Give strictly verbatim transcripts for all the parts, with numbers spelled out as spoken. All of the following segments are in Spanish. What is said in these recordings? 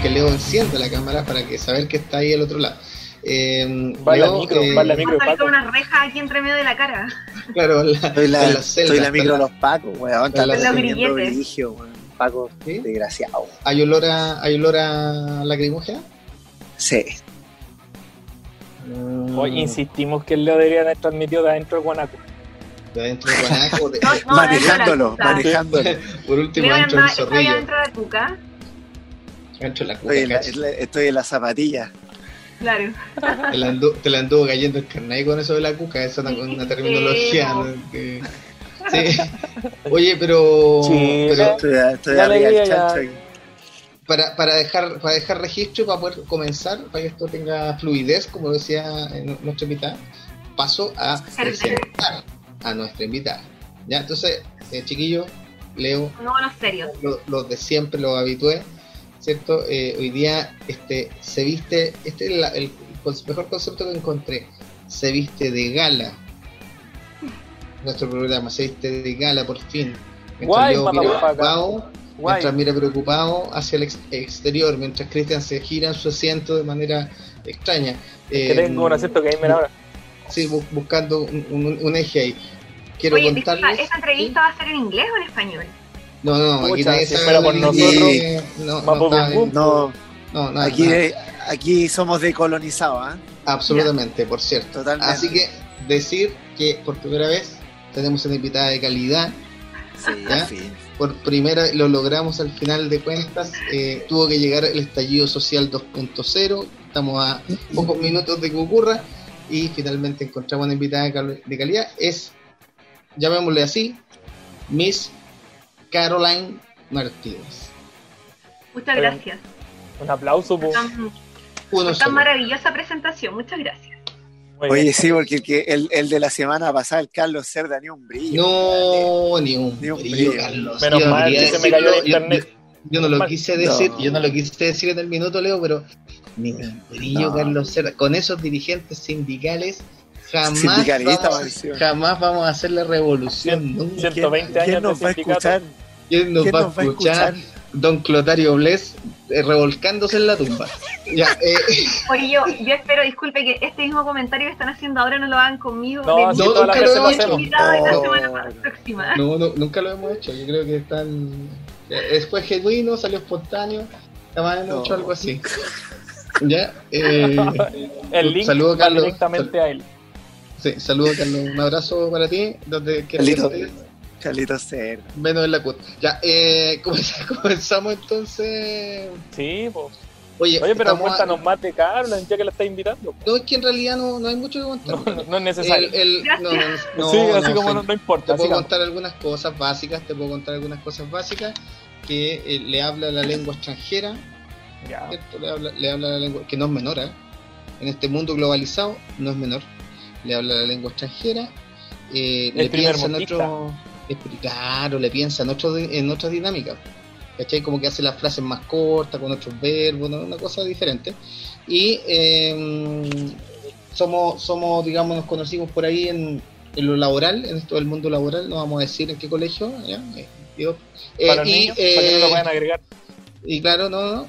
que Leo encienda la cámara para que saber que está ahí al otro lado. Eh, va Leo, la micro, eh, va la micro. Vamos a con unas rejas aquí entre medio de la cara. Claro, la, Soy la, la celda, soy la micro de la, los Pacos, weón. Con Están los teniendo grilletes. religio, weón. Paco, ¿Sí? desgraciado. ¿Hay olor a, hay olor a lacrimógena? Sí. Mm, Hoy insistimos que el Leo debería haber transmitido de adentro del guanaco. de adentro del guanaco, de- No, no, manejándolo, dentro de la manejándolo. por último Leo dentro del está zorrillo, dentro de la cuca. dentro de la cuca, Estoy en la, cacho. en la- estoy en la zapatilla. Claro. Te la anduvo, te la anduvo cayendo el carnet con eso de la cuca, esa es una, una terminología. Sí, ¿no? Que- sí. Oye, pero, Sí, pero Estoy, estoy Ya arriba leí, del ya. chancho aquí. para, para dejar para dejar registro, para poder comenzar, para que esto tenga fluidez, como decía en nuestra invitada, paso a presentar a nuestra invitada. Ya, entonces, eh, chiquillos, Leo, No, bueno, serio. los, los de siempre, los habitué, ¿cierto? Eh, hoy día este se viste, este es la- el, el mejor concepto que encontré, se viste de gala. Nuestro programa se viste de gala por fin. Mientras Guay, Leo mira motherfucker. preocupado, Guay. mientras mira preocupado hacia el ex- exterior, mientras Cristian se gira en su asiento de manera extraña. Que Eh, tengo un acento gamer ahora. Sí, bu- buscando un, un- un eje ahí. Quiero Oye, disculpa, contarles. ¿esta entrevista va a ser en inglés o en español? No, no, aquí Pucha, nadie si sabe fuera por hablar inglés. nosotros, No, no, Mapo nada, Bum Bum. No, no, nada, aquí, nada. aquí somos decolonizados, ¿ah? Absolutamente, por cierto. Totalmente. Así que decir que por primera vez tenemos una invitada de calidad. Sí, ¿Ya? en fin. Por primera lo logramos al final de cuentas. Eh, tuvo que llegar el estallido social dos punto cero. Estamos a pocos minutos de que ocurra. Y finalmente encontramos una invitada de, cal- de calidad. Es, llamémosle así, Miss Caroline Martínez. Muchas Oye, gracias. Un aplauso, po. Tan, Uno por tan solo. maravillosa presentación. Muchas gracias. Muy Oye, bien. sí, porque el, que, el, el de la semana pasada, el Carlos Cerda, ni un brillo. No, ni un Ni un brillo, brillo. Carlos. Menos Yo no mal quería que se me cayó el decirlo, yo- internet. Yo, yo no lo Mal. quise decir, No. yo no lo quise decir en el minuto, Leo, pero ni un brillo, No. Carlos Cerda. Con esos dirigentes sindicales jamás Sindicalista, vamos, maldición. jamás vamos a hacer la revolución. Nunca. ciento veinte ¿Quién años nos de va a sindicato. escuchar? ¿Quién nos ¿Quién va a nos va a escuchar? escuchar? Don Clotario Bles eh, revolcándose en la tumba. Ya, eh, Oye, yo, yo espero, disculpe, que este mismo comentario que están haciendo ahora no lo hagan conmigo. No, de así mi- no, todas las nunca veces lo lo hemos hacemos. invitada de la No. semana próxima. no, no, nunca lo hemos hecho. Yo creo que están. eh, Fue genuino, salió espontáneo. Jamás hemos No. hecho algo así. Ya, eh, El link saludo, va Carlos. directamente a él. Sí, saludos, Carlos. Un abrazo para ti. Donde quieras Carlito. que estés, Carlitos Cerda. menos en la cuota. Ya, eh, comenzamos, comenzamos entonces. Sí, pues. Oye, Oye, pero estamos a- cuéntanos más de Carlos, ya que la estás invitando. po. No, es que en realidad no, no hay mucho que contar. No, no, no es necesario. El- el- no, no, no, sí, no, así como sí. no, no Te importa. puedo sigamos. contar algunas cosas básicas, te puedo contar algunas cosas básicas que eh, le habla la lengua extranjera, Ya. ¿cierto? Le habla, le habla la lengua, que no es menor, ¿eh? En este mundo globalizado no es menor. Le habla la lengua extranjera, eh, le primer piensa en mundista. otro, es- claro, le piensa en otro, en otras dinámicas. ¿Cachai? Como que hace las frases más cortas, con otros verbos, ¿no? Una cosa diferente. Y eh, somos, somos, digamos, nos conocimos por ahí en, en lo laboral, en esto del mundo laboral, no vamos a decir en qué colegio, ¿ya? Eh, yo- eh, Para los y, niños, para que no eh, lo puedan agregar. y claro, no, no.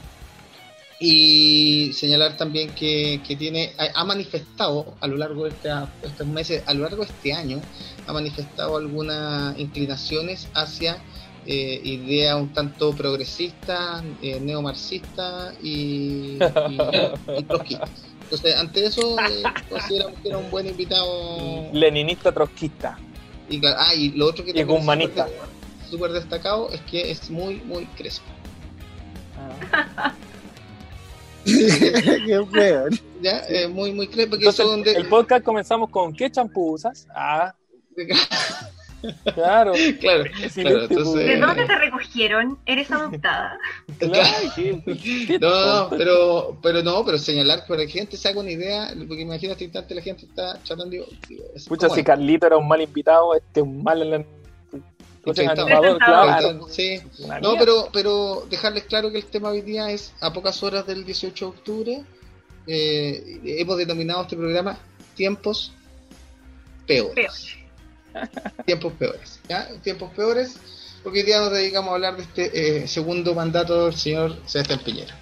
Y señalar también que, que tiene, ha, ha manifestado a lo largo de esta- estos meses, a lo largo de este año, ha manifestado algunas inclinaciones hacia eh, ideas un tanto progresistas, eh, neomarxistas y, y, y trotskistas. Entonces, ante eso, eh, consideramos que era un buen invitado. Leninista trotskista. Y, claro, ah, y lo otro que Y también es humanista. súper- súper destacado es que es muy, muy crespo. Qué weón. Ya, eh, muy, muy crespo, porque Entonces, eso donde. el podcast comenzamos con ¿qué champú usas? Ah, claro. Claro, Excelente, claro, entonces- pues. ¿De dónde te recogieron? ¿Eres adoptada? Claro, qué- qué No, no, tonto. pero, pero no, pero señalar para que la gente se haga una idea, porque imagínate este instante la gente está tratando de. Pucha, si Carlito era un mal invitado, este es un mal en- Pucha, Entrevistado. animador, claro. Sí, Una no, mierda. pero, pero dejarles claro que el tema hoy día es a pocas horas del dieciocho de octubre. Eh, hemos denominado este programa Tiempos Peores. Peor. Tiempos peores, ¿ya? Tiempos peores, porque hoy día nos dedicamos a hablar de este eh, segundo mandato del señor Sebastián Piñera.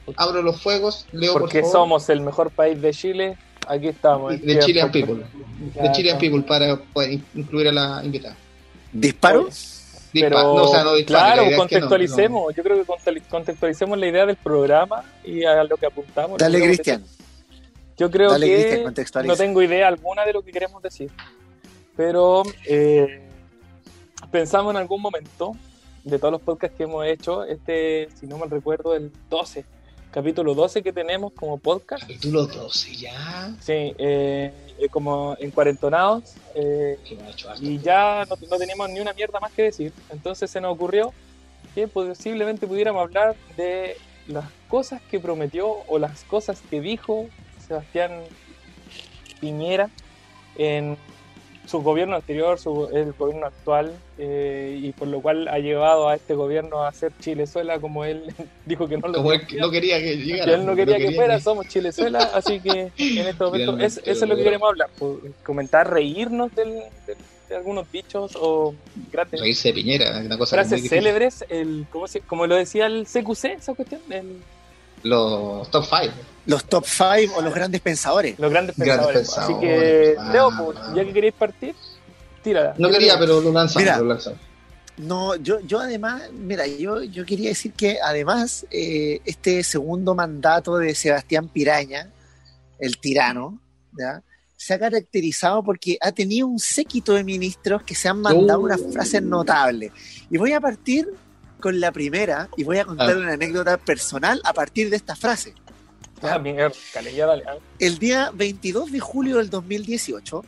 abro los fuegos, leo Porque por favor. somos el mejor país de Chile. Aquí estamos. De, de Chilean People. Ya, De Chilean ya. People para poder incluir a la invitada. ¿Disparo? Pero, Dispa- no, o sea, no dispara, claro, la idea es que no, contextualicemos. no. Yo creo que contel- contextualicemos la idea del programa y a lo que apuntamos. Dale, Lo que Cristian. Yo creo Dale, que Cristian, contextualiza. no tengo idea alguna de lo que queremos decir, pero eh, pensamos en algún momento de todos los podcasts que hemos hecho, este, si no mal recuerdo, el doce, capítulo doce que tenemos como podcast, Capítulo doce, ya. sí, eh, eh, como encuarentonados, eh, Que me ha hecho harto. y ya no, no teníamos ni una mierda más que decir, entonces se nos ocurrió que posiblemente pudiéramos hablar de las cosas que prometió o las cosas que dijo Sebastián Piñera en su gobierno anterior, su, el gobierno actual, eh, y por lo cual ha llevado a este gobierno a ser Chilezuela, como él dijo que no lo Como él quería, no quería que llegara. que él no quería que fuera, que- somos Chilezuela, así que en este momento Finalmente, es, eso es lo que bueno. queremos hablar, pues, comentar, reírnos del, del- de algunos dichos o grandes Reírse de Piñera, una cosa frases muy difícil. célebres, el, ¿cómo se- como lo decía el C Q C, esa cuestión, el- Los top five. Los top five o los grandes pensadores. los grandes Grandes pensadores. Así pensadores, que, ah, Leo, pues, ah. ya que queréis partir, tírala. No Tírala. quería, pero lo lanzamos. Mira. Lo lanzamos. No, yo, yo además, mira, yo, yo quería decir que además eh, este segundo mandato de Sebastián Piraña, el tirano, ¿ya? Se ha caracterizado porque ha tenido un séquito de ministros que se han mandado Uh. unas frases notables. Y voy a partir con la primera y voy a contar Ah. una anécdota personal a partir de esta frase. Ah, mierda, cale, ya dale. ah. El día veintidós de julio del dos mil dieciocho,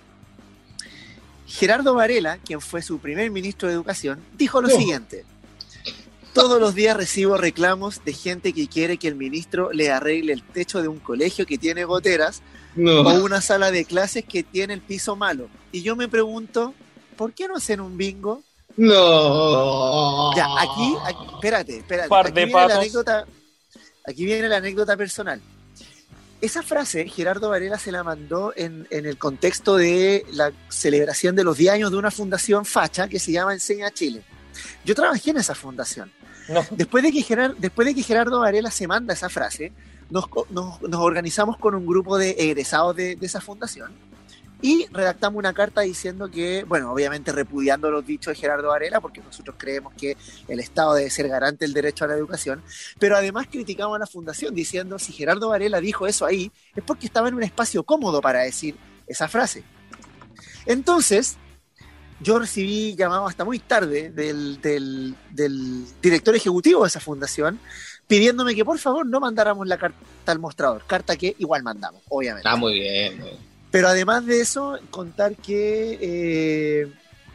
Gerardo Varela, quien fue su primer ministro de Educación, dijo lo Oh. siguiente: todos los días recibo reclamos de gente que quiere que el ministro le arregle el techo de un colegio que tiene goteras No. o una sala de clases que tiene el piso malo. Y yo me pregunto, ¿por qué no hacen un bingo? No. Ya, aquí, aquí espérate, espérate. Par Aquí de viene la patos. anécdota, aquí viene la anécdota personal. Esa frase Gerardo Varela se la mandó en, en el contexto de la celebración de los diez años de una fundación facha que se llama Enseña Chile. Yo trabajé en esa fundación. No, Después de que, Gerar- después de que Gerardo Varela se manda esa frase, nos, co- nos- nos organizamos con un grupo de egresados de, de esa fundación y redactamos una carta diciendo que, bueno, obviamente repudiando los dichos de Gerardo Varela, porque nosotros creemos que el Estado debe ser garante del derecho a la educación, pero además criticamos a la fundación diciendo, si Gerardo Varela dijo eso ahí, es porque estaba en un espacio cómodo para decir esa frase. Entonces, yo recibí llamado hasta muy tarde del, del, del director ejecutivo de esa fundación pidiéndome que por favor no mandáramos la carta al mostrador, carta que igual mandamos, obviamente. Está muy bien. muy bien. Pero además de eso, contar que eh,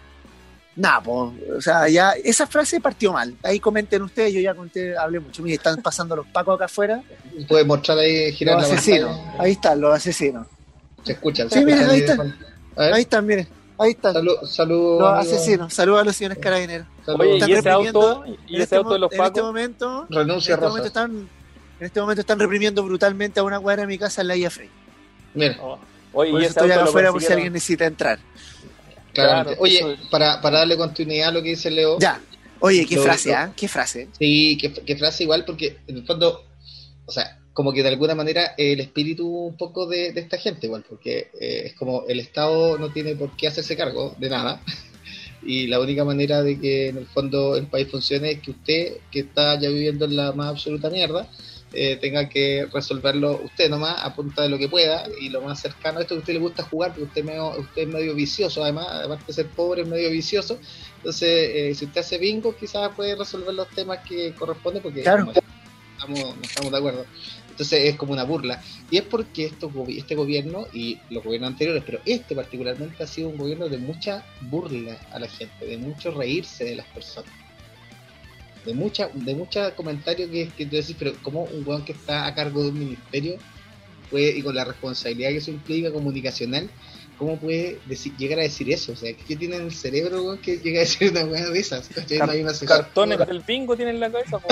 nada, po, o sea, ya esa frase partió mal. Ahí comenten ustedes, yo ya conté, hablé mucho. Mire, están pasando los pacos acá afuera. Puedes mostrar ahí, girar Los la asesinos. pantalla. Ahí están, los asesinos. Se escuchan. Sí, se miren, escuchan ahí de están. fondo. A ver. Ahí están, miren. Ahí están. Salud, salud, Los amigo. asesinos. Saludos a los señores carabineros. Salud. oye, Están ¿y ese reprimiendo- auto? ¿Y En ese este auto de mo- los en este pacos? momento, en Renuncia este Rosa. momento están, en este momento están reprimiendo brutalmente a una cuadra de mi casa en la Villa Frey. Mira, Oh. Oye, Por ¿y eso ese estoy auto acá lo afuera por si consiguieron? alguien necesita entrar. claramente. Claro, Oye, eso- para, para darle continuidad a lo que dice Leo. Ya. Oye, qué Lo- frase, lo- ¿ah? ¿Qué frase? Sí, qué, qué frase igual, porque en el fondo, o sea, como que de alguna manera eh, el espíritu un poco de, de esta gente igual, porque eh, es como el Estado no tiene por qué hacerse cargo de nada, y la única manera de que en el fondo el país funcione es que usted, que está ya viviendo en la más absoluta mierda, eh, tenga que resolverlo usted nomás a punta de lo que pueda, y lo más cercano a esto que a usted le gusta jugar, porque usted, medio, usted es medio vicioso, además, aparte de ser pobre, es medio vicioso. Entonces, eh, si usted hace bingo, quizás puede resolver los temas que corresponden, porque Claro. como estamos, no estamos de acuerdo. Entonces es como una burla. Y es porque esto, este gobierno, y los gobiernos anteriores, pero este particularmente ha sido un gobierno de mucha burla a la gente, de mucho reírse de las personas. De mucha, de mucha comentario que, que tú decís, pero como un weón que está a cargo de un ministerio puede, y con la responsabilidad que eso implica comunicacional, ¿cómo puede decir, llegar a decir eso? O sea, ¿qué tiene en el cerebro, weón, que llega a decir una weá de esas? ¿Cachai? No hay una asesora. Cartones del bingo tienen en la cabeza, po.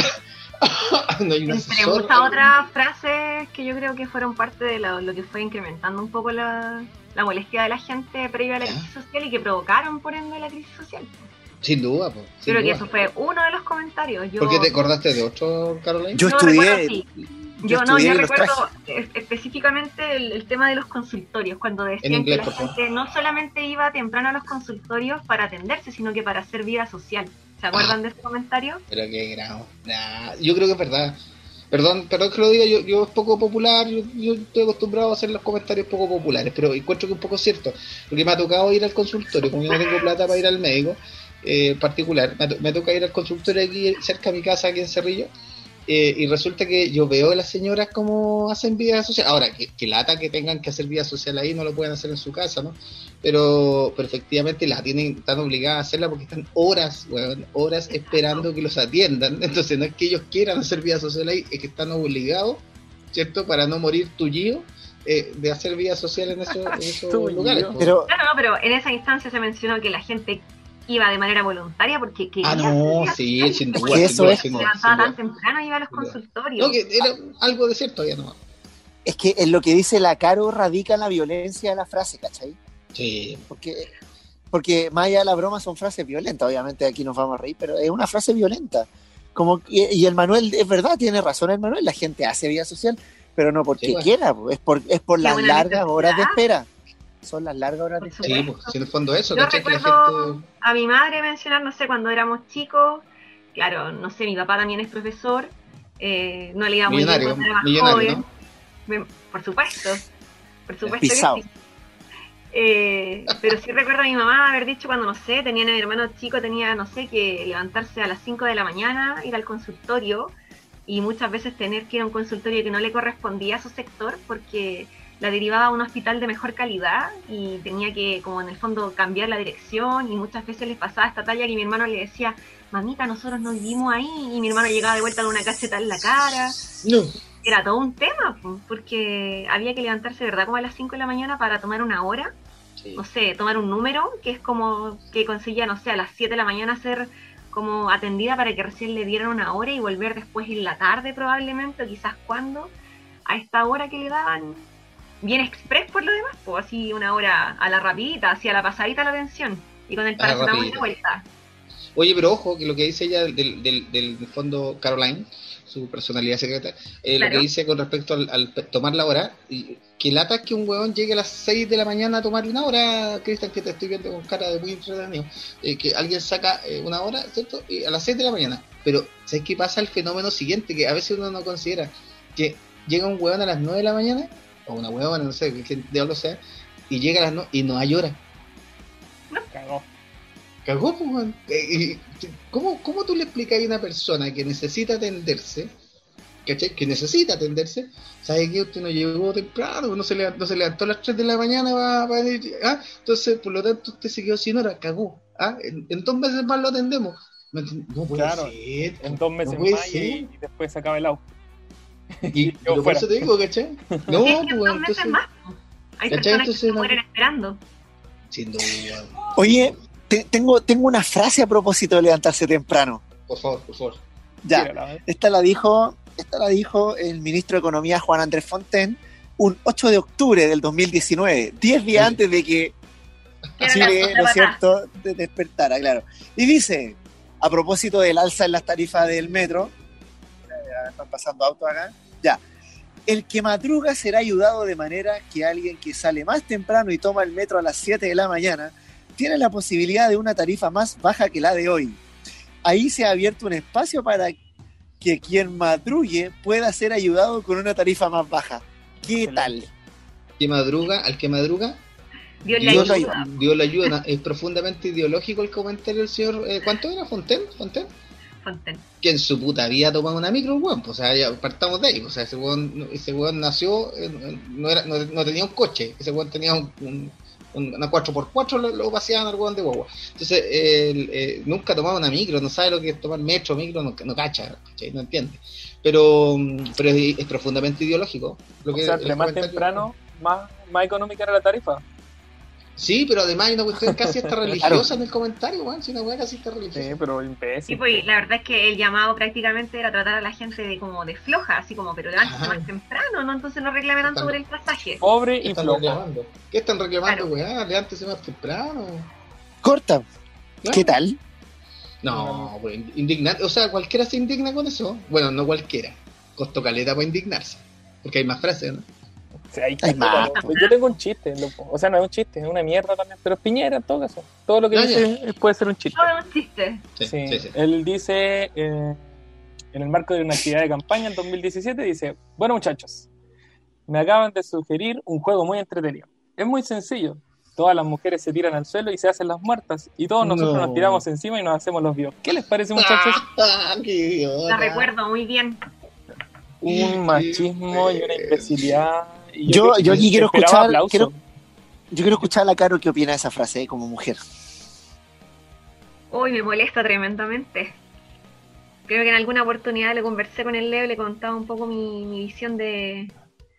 No hay una Me asesora. gusta otras frases que yo creo que fueron parte de lo, lo que fue incrementando un poco la, la molestia de la gente previa a la ¿Ya? crisis social y que provocaron por ende la crisis social. Sin duda, po, sin Creo que duda. eso fue uno de los comentarios. Yo, ¿Por qué te acordaste de otro, Caroline? Yo no estudié, recuerdo, sí. yo Yo no, estudié yo y los recuerdo traje. es- específicamente el, el tema de los consultorios, cuando decían inglés, que por la favor. gente no solamente iba temprano a los consultorios para atenderse, sino que para hacer vida social. ¿Se acuerdan Ah. de ese comentario? Pero qué grado. Nah, yo creo que es verdad. Perdón, perdón que lo diga, yo, yo es poco popular, yo, yo estoy acostumbrado a hacer los comentarios poco populares, pero encuentro que es un poco cierto, porque me ha tocado ir al consultorio, como yo no tengo plata para ir al médico eh, particular, me, to- me toca ir al consultorio aquí cerca de mi casa, aquí en Cerrillo, eh, y resulta que yo veo a las señoras como hacen vida social. Ahora, que, que lata que tengan que hacer vida social ahí, no lo pueden hacer en su casa, ¿no? Pero, pero efectivamente la tienen, están obligadas a hacerla porque están horas, weón, horas esperando que los atiendan. Entonces no es que ellos quieran hacer vida social ahí, es que están obligados, ¿cierto? Para no morir tullido eh, de hacer vida social en esos, en esos Tullido. lugares. po. Pero Claro, no, pero en esa instancia se mencionó que la gente iba de manera voluntaria porque quería Ah, hacer no, vida sí, social. sin Es duda. que sin eso duda, es- sin Se duda, levantaba sin duda. tan temprano y iba a los Sin duda. consultorios. No, que era algo de cierto, ya no. es que en lo que dice la Caro radica en la violencia de la frase, ¿cachai? Sí, Porque, porque más allá de la broma son frases violentas, obviamente aquí nos vamos a reír, pero es una frase violenta. Como, y, y el Manuel, es verdad, tiene razón el Manuel, la gente hace vida social, pero no porque Sí, bueno. quiera, po, es por, es por Sí, las una largas necesidad. horas de espera. Son las largas horas de Por espera. sí, pues, si en el fondo eso, Yo ¿cachai? Que la recuerdo gente... a mi madre mencionar, no sé, cuando éramos chicos, claro, no sé, mi papá también es profesor, eh, no le iba muy bien Millonario, cuando era más millonario, joven. ¿no? Me- por supuesto, por supuesto Pisado. que sí. Eh, pero sí recuerdo a mi mamá haber dicho cuando, no sé, tenía mi hermano chico, tenía, no sé, que levantarse a las cinco de la mañana, ir al consultorio y muchas veces tener que ir a un consultorio que no le correspondía a su sector porque la derivaba a un hospital de mejor calidad y tenía que, como en el fondo, cambiar la dirección y muchas veces les pasaba esta talla que mi hermano le decía, mamita, nosotros no vivimos ahí, y mi hermano llegaba de vuelta con una cacheta en la cara. No. Era todo un tema, po, porque había que levantarse, ¿verdad? Como a las cinco de la mañana para tomar una hora, Sí. no sé, tomar un número, que es como que conseguía, no sé, a las siete de la mañana ser como atendida para que recién le dieran una hora y volver después en la tarde probablemente, o quizás cuando, a esta hora que le daban, bien express por lo demás, pues así una hora a la rapidita, así a la pasadita la atención, y con el A la paracetamol de rapidita. vuelta. Oye, pero ojo, que lo que dice ella del, del, del fondo Caroline, su personalidad secreta, eh, Claro. lo que dice con respecto al, al pe- tomar la hora, y que lata es que un huevón llegue a las seis de la mañana a tomar una hora, Cristian, que te estoy viendo con cara de muy entretenido, eh, que alguien saca eh, una hora, ¿cierto? Y a las seis de la mañana. Pero, ¿sabes qué pasa? El fenómeno siguiente, que a veces uno no considera, que llega un huevón a las nueve de la mañana, o una huevona, no sé, que diablo sea, y llega a las nueve y no hay hora. Cagó. Cagó, pues, weón. Eh, eh, ¿Cómo, ¿Cómo tú le explicas a una persona que necesita atenderse, ¿cachai? Que necesita atenderse, ¿sabe qué? Usted no llegó temprano, no se, levantó, no se levantó a las tres de la mañana para, para venir, ¿ah? Entonces, por lo tanto, usted se quedó sin hora, cagó, ¿ah? En, en dos meses más lo atendemos. ¿Me entiendes? No puede Claro, ser. En dos meses no puede más ser. y, y después se acaba el auto. Y, yo pero por fuera. eso te digo, ¿cachai? No, Sí, es pues, que en dos weón, meses entonces, más, po. Hay ¿cachai? personas Entonces, que se no- mueren esperando. sin duda, Oye, te- tengo, tengo una frase a propósito de levantarse temprano. por favor, por favor. Ya, Tírala, ¿eh? esta la dijo, esta la dijo el ministro de Economía Juan Andrés Fontaine un ocho de octubre del dos mil diecinueve, diez días Sí. antes de que Era Chile, la- la ¿no es patada. cierto?, de- despertara, claro. Y dice, a propósito del alza en las tarifas del metro, ya están pasando autos acá, ya, el que madruga será ayudado de manera que alguien que sale más temprano y toma el metro a las siete de la mañana tiene la posibilidad de una tarifa más baja que la de hoy. Ahí se ha abierto un espacio para que quien madrugue pueda ser ayudado con una tarifa más baja. ¿Qué Excelente. tal? Que madruga, al que madruga, Dios le Dios, ayuda. Dios le ayuda. Es profundamente ideológico el comentario del señor. Eh, ¿Cuánto era? ¿Fontaine? ¿Fontaine? Fontaine. Que en su puta vida tomado una micro, weón. Pues, o sea, ya partamos de ahí. O sea, ese weón, ese weón nació, eh, no, era, no, no tenía un coche. Ese weón tenía un, un, un- una cuatro por cuatro, lo, lo paseaban al weón de guagua. Entonces, él, eh, nunca tomaba una micro, no sabe lo que es tomar metro, micro, no, no cacha, ¿cachai? No entiende. Pero, pero es, es profundamente ideológico. Lo O que sea, el entre más comentario- temprano, más, más económica era la tarifa. Sí, pero además hay una cuestión casi hasta religiosa en el comentario, weón. Si una weá casi está religiosa. Sí, pero Sí, imbécil. pues la verdad es que el llamado prácticamente era tratar a la gente de como de floja, así como, pero levántese Ajá. más temprano, ¿no? Entonces no reclame tanto por el pasaje. Pobre ¿Qué y están flojo. reclamando? ¿Qué están reclamando, Claro. weá? Levántese más temprano. Corta, Claro. ¿qué tal? No, pues indignar, o sea, cualquiera se indigna con eso. Bueno, no cualquiera. Costó caleta para indignarse. Porque hay más frases, ¿no? O sea, hay Hay más, caleta, yo tengo un chiste, loco. O sea, no es un chiste, es una mierda también. Pero es Piñera en todo caso. Todo lo que Ya, dice es- puede ser un chiste. Todo es un chiste. Sí, Sí, sí, sí. Él dice, eh, en el marco de una actividad de campaña en dos mil diecisiete, dice, bueno muchachos, me acaban de sugerir un juego muy entretenido. Es muy sencillo. Todas las mujeres se tiran al suelo y se hacen las muertas. Y todos nosotros No. nos tiramos encima y nos hacemos los vivos. ¿Qué les parece, muchachos? Ah, qué idiota. La recuerdo muy bien. Un machismo y una imbecilidad. Y Yo- que- yo aquí quiero esperaba escuchar- aplauso. quiero- Yo quiero escuchar a la Caro qué opina de esa frase, eh, como mujer. Uy, me molesta tremendamente. Creo que en alguna oportunidad le conversé con el Leo y le contaba un poco mi, mi visión de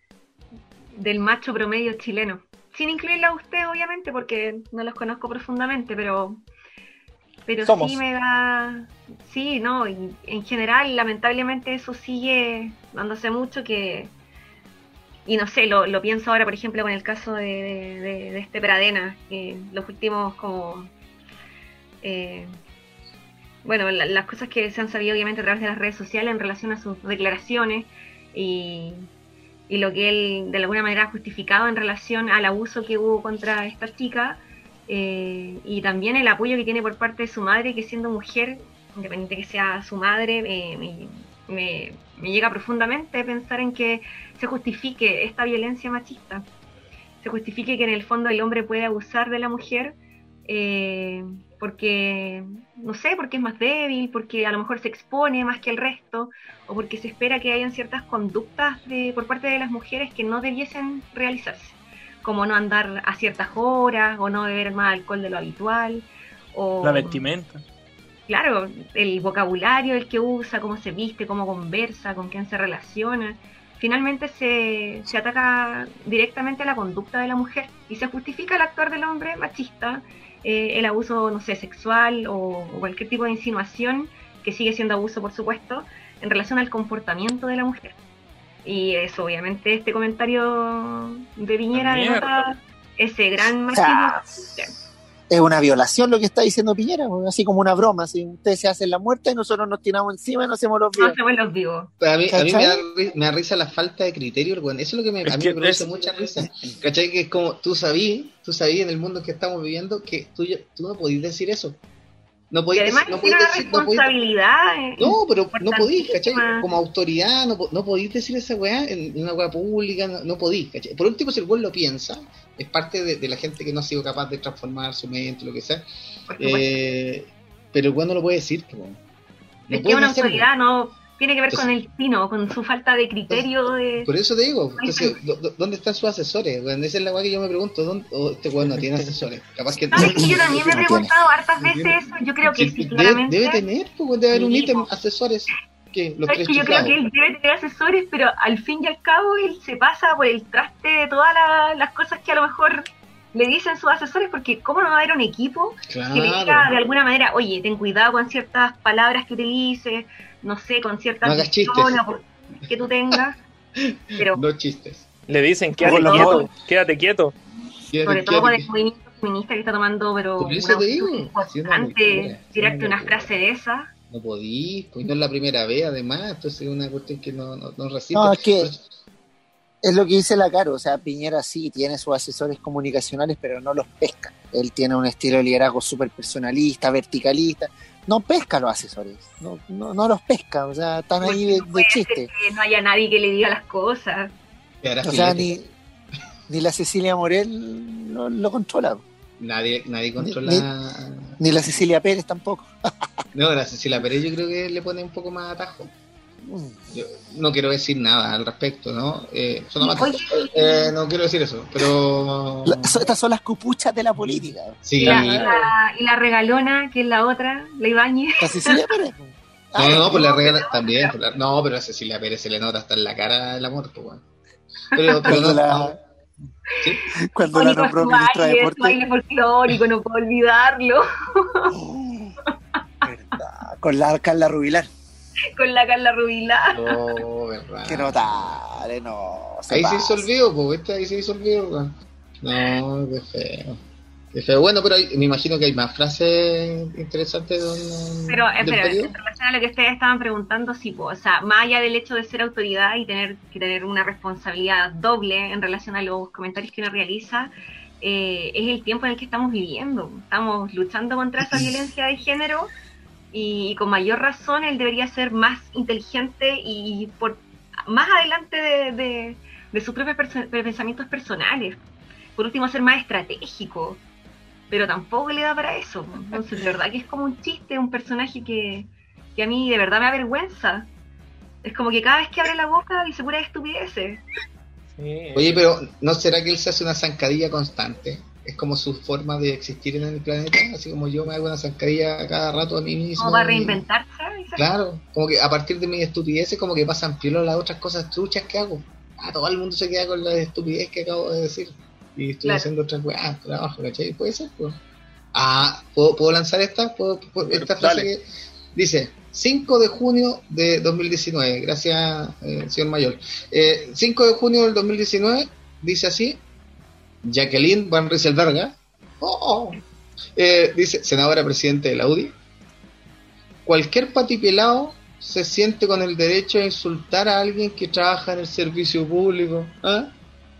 del macho promedio chileno. Sin incluirla a usted, obviamente, porque no los conozco profundamente, pero pero Somos. sí me da... Sí, no, y en general, lamentablemente eso sigue dándose mucho que... Y no sé, lo, lo pienso ahora, por ejemplo, con el caso de, de, de- de este Pradena, que los últimos como... eh, bueno, la- las cosas que se han sabido obviamente a través de las redes sociales en relación a sus declaraciones y, y lo que él de alguna manera ha justificado en relación al abuso que hubo contra esta chica, eh, y también el apoyo que tiene por parte de su madre, que siendo mujer, independiente que sea su madre, eh, me, me- me llega profundamente pensar en que se justifique esta violencia machista, se justifique que en el fondo el hombre puede abusar de la mujer, eh, porque, no sé, porque es más débil, porque a lo mejor se expone más que el resto, o porque se espera que hayan ciertas conductas de, por parte de las mujeres que no debiesen realizarse, como no andar a ciertas horas, o no beber más alcohol de lo habitual, o... La vestimenta. Claro, el vocabulario, el que usa, cómo se viste, cómo conversa, con quién se relaciona. Finalmente se, se ataca directamente a la conducta de la mujer y se justifica el actuar del hombre machista, eh, el abuso, no sé, sexual o, o cualquier tipo de insinuación, que sigue siendo abuso, por supuesto, en relación al comportamiento de la mujer. Y eso, obviamente, este comentario de Piñera La mierda. denota ese gran O sea, machismo. es una violación lo que está diciendo Piñera, pues, así como una broma. Si ustedes se hacen la muerte y nosotros nos tiramos encima y nos hacemos los No vivos. se ven los vivos. A mí, a mí me, ¿Cachai? da, ri- me da risa la falta de criterio, bueno, eso es lo que me, Es a mí que me produce es- mucha risa. ¿Cachai? Que es como, tú sabías, tú sabías en el mundo que estamos viviendo que tú, ya- tú no podías decir eso. No Y podías además decir, no tiene podías una decir, no podías- responsabilidad. eh, no, pero no podís, ¿cachai? importantísima. Como autoridad, no, po- no podís decir esa weá en en una weá pública, no, no podís, ¿cachai? Por último, si el weón lo piensa, es parte de, de la gente que no ha sido capaz de transformar su mente, lo que sea. Por supuesto. Eh, pero el weón no lo puede decir, po. No es que pueden una hacerlo. autoridad no tiene que ver Entonces- con el pino, con su falta de criterio de... Por eso te digo, entonces, ¿dó- dó- ¿dónde están sus asesores? Bueno, esa es la weá que yo me pregunto, ¿dónde, oh, este weón no tiene asesores? Capaz que ¿Sabes que yo también me he No tiene. preguntado hartas No veces tiene. eso? Yo creo que sí, debe, claramente. debe tener, pues, debe haber un Sí, ítem po. asesores que los ¿Sabes tres que yo creo chiflados. que él debe tener asesores, pero al fin y al cabo él se pasa por el traste de todas la- las cosas que a lo mejor le dicen sus asesores, porque ¿cómo no va a haber un equipo que le diga de Claro, alguna manera, oye, ten cuidado con ciertas palabras que utilices, no sé, con ciertas No hagas chistes. visiones o que tú tengas? Pero no chistes. Le dicen, quédate Sobre quieto, todo- quédate quieto. Quédate- sobre todo con quédate- el movimiento feminista que está tomando, pero Por eso una te digo, actitud sí, una importante, locura, sí, tirarte una una locura. frase de esa. No podís, pues no es la primera vez, además, entonces es una cuestión que no, no, no resiste. No, es que- Por eso- Es lo que dice la Caro, o sea, Piñera sí tiene sus asesores comunicacionales, pero no los pesca. Él tiene un estilo de liderazgo súper personalista, verticalista. No pesca a los asesores, no, no, no los pesca, o sea, están ahí de, No de puede ser chiste. que no haya nadie que le diga las cosas. quedará O sea, filete. ni, ni la Cecilia Morel lo, lo controla, Nadie, nadie ni- controla. ni la Cecilia Pérez tampoco. No, la Cecilia Pérez yo creo que le pone un poco más atajo. Mm. Yo no quiero decir nada al respecto, ¿no? Eh, suena mal. Oye, Eh, no quiero decir eso, pero. La- so- estas son las cupuchas de la política. Sí, y, la, y la- y la regalona, que es la otra, la Ibáñez. La Cecilia Pérez. No, no, pues la regala no, también. no. pues la- no, pero a Cecilia Pérez se le nota hasta en la cara el amor, pues, bueno. Pero, pero Cuando no, la, no, ¿sí? cuando la Mónica, nombró su ministra de baile, su Deporte. baile folclórico, no puedo olvidarlo. Verdad, con la Carla Rubilar. Con la Carla Rubilar. No, verdad. Qué notable, no. se Ahí se pasa. hizo el video, pues, ¿viste? Ahí se hizo el video, weón. No, qué feo. Qué feo. Bueno, pero hay- me imagino que hay más frases interesantes de un, Pero, del espera, periodo. en relación a lo que ustedes estaban preguntando, sí, pues, o sea, más allá del hecho de ser autoridad y tener que tener una responsabilidad doble en relación a los comentarios que uno realiza, eh, es el tiempo en el que estamos viviendo. Estamos luchando contra esa violencia de género y, y con mayor razón él debería ser más inteligente y por más adelante de, de, de sus propios perso- pensamientos personales. Por último, ser más estratégico. Pero tampoco le da para eso. Entonces, de verdad que es como un chiste, un personaje que, que a mí de verdad me avergüenza. Es como que cada vez que abre la boca dice puras estupideces. Sí. Oye, pero ¿no será que él se hace una zancadilla constante? Es como su forma de existir en el planeta, así como yo me hago una zancadilla cada rato a mí mismo. Como para y- reinventarse. ¿Sabes? Claro, como que a partir de mis estupideces como que pasan piola las otras cosas truchas que hago. Ah, todo el mundo se queda con la estupidez que acabo de decir. Y estoy Claro. haciendo otras weas, trabajo, ¿cachai? Puede ser, pues. Ah, ¿puedo, ¿puedo lanzar esta? ¿Puedo, puedo- esta frase Dale. que dice cinco de junio de dos mil diecinueve, gracias, eh, señor Mayor. Eh, cinco de junio del dos mil diecinueve, dice así, Jacqueline Van Rieselberga, oh, oh, eh, dice, senadora presidente de la U D I, cualquier patipelado se siente con el derecho a insultar a alguien que trabaja en el servicio público. ¿Ah?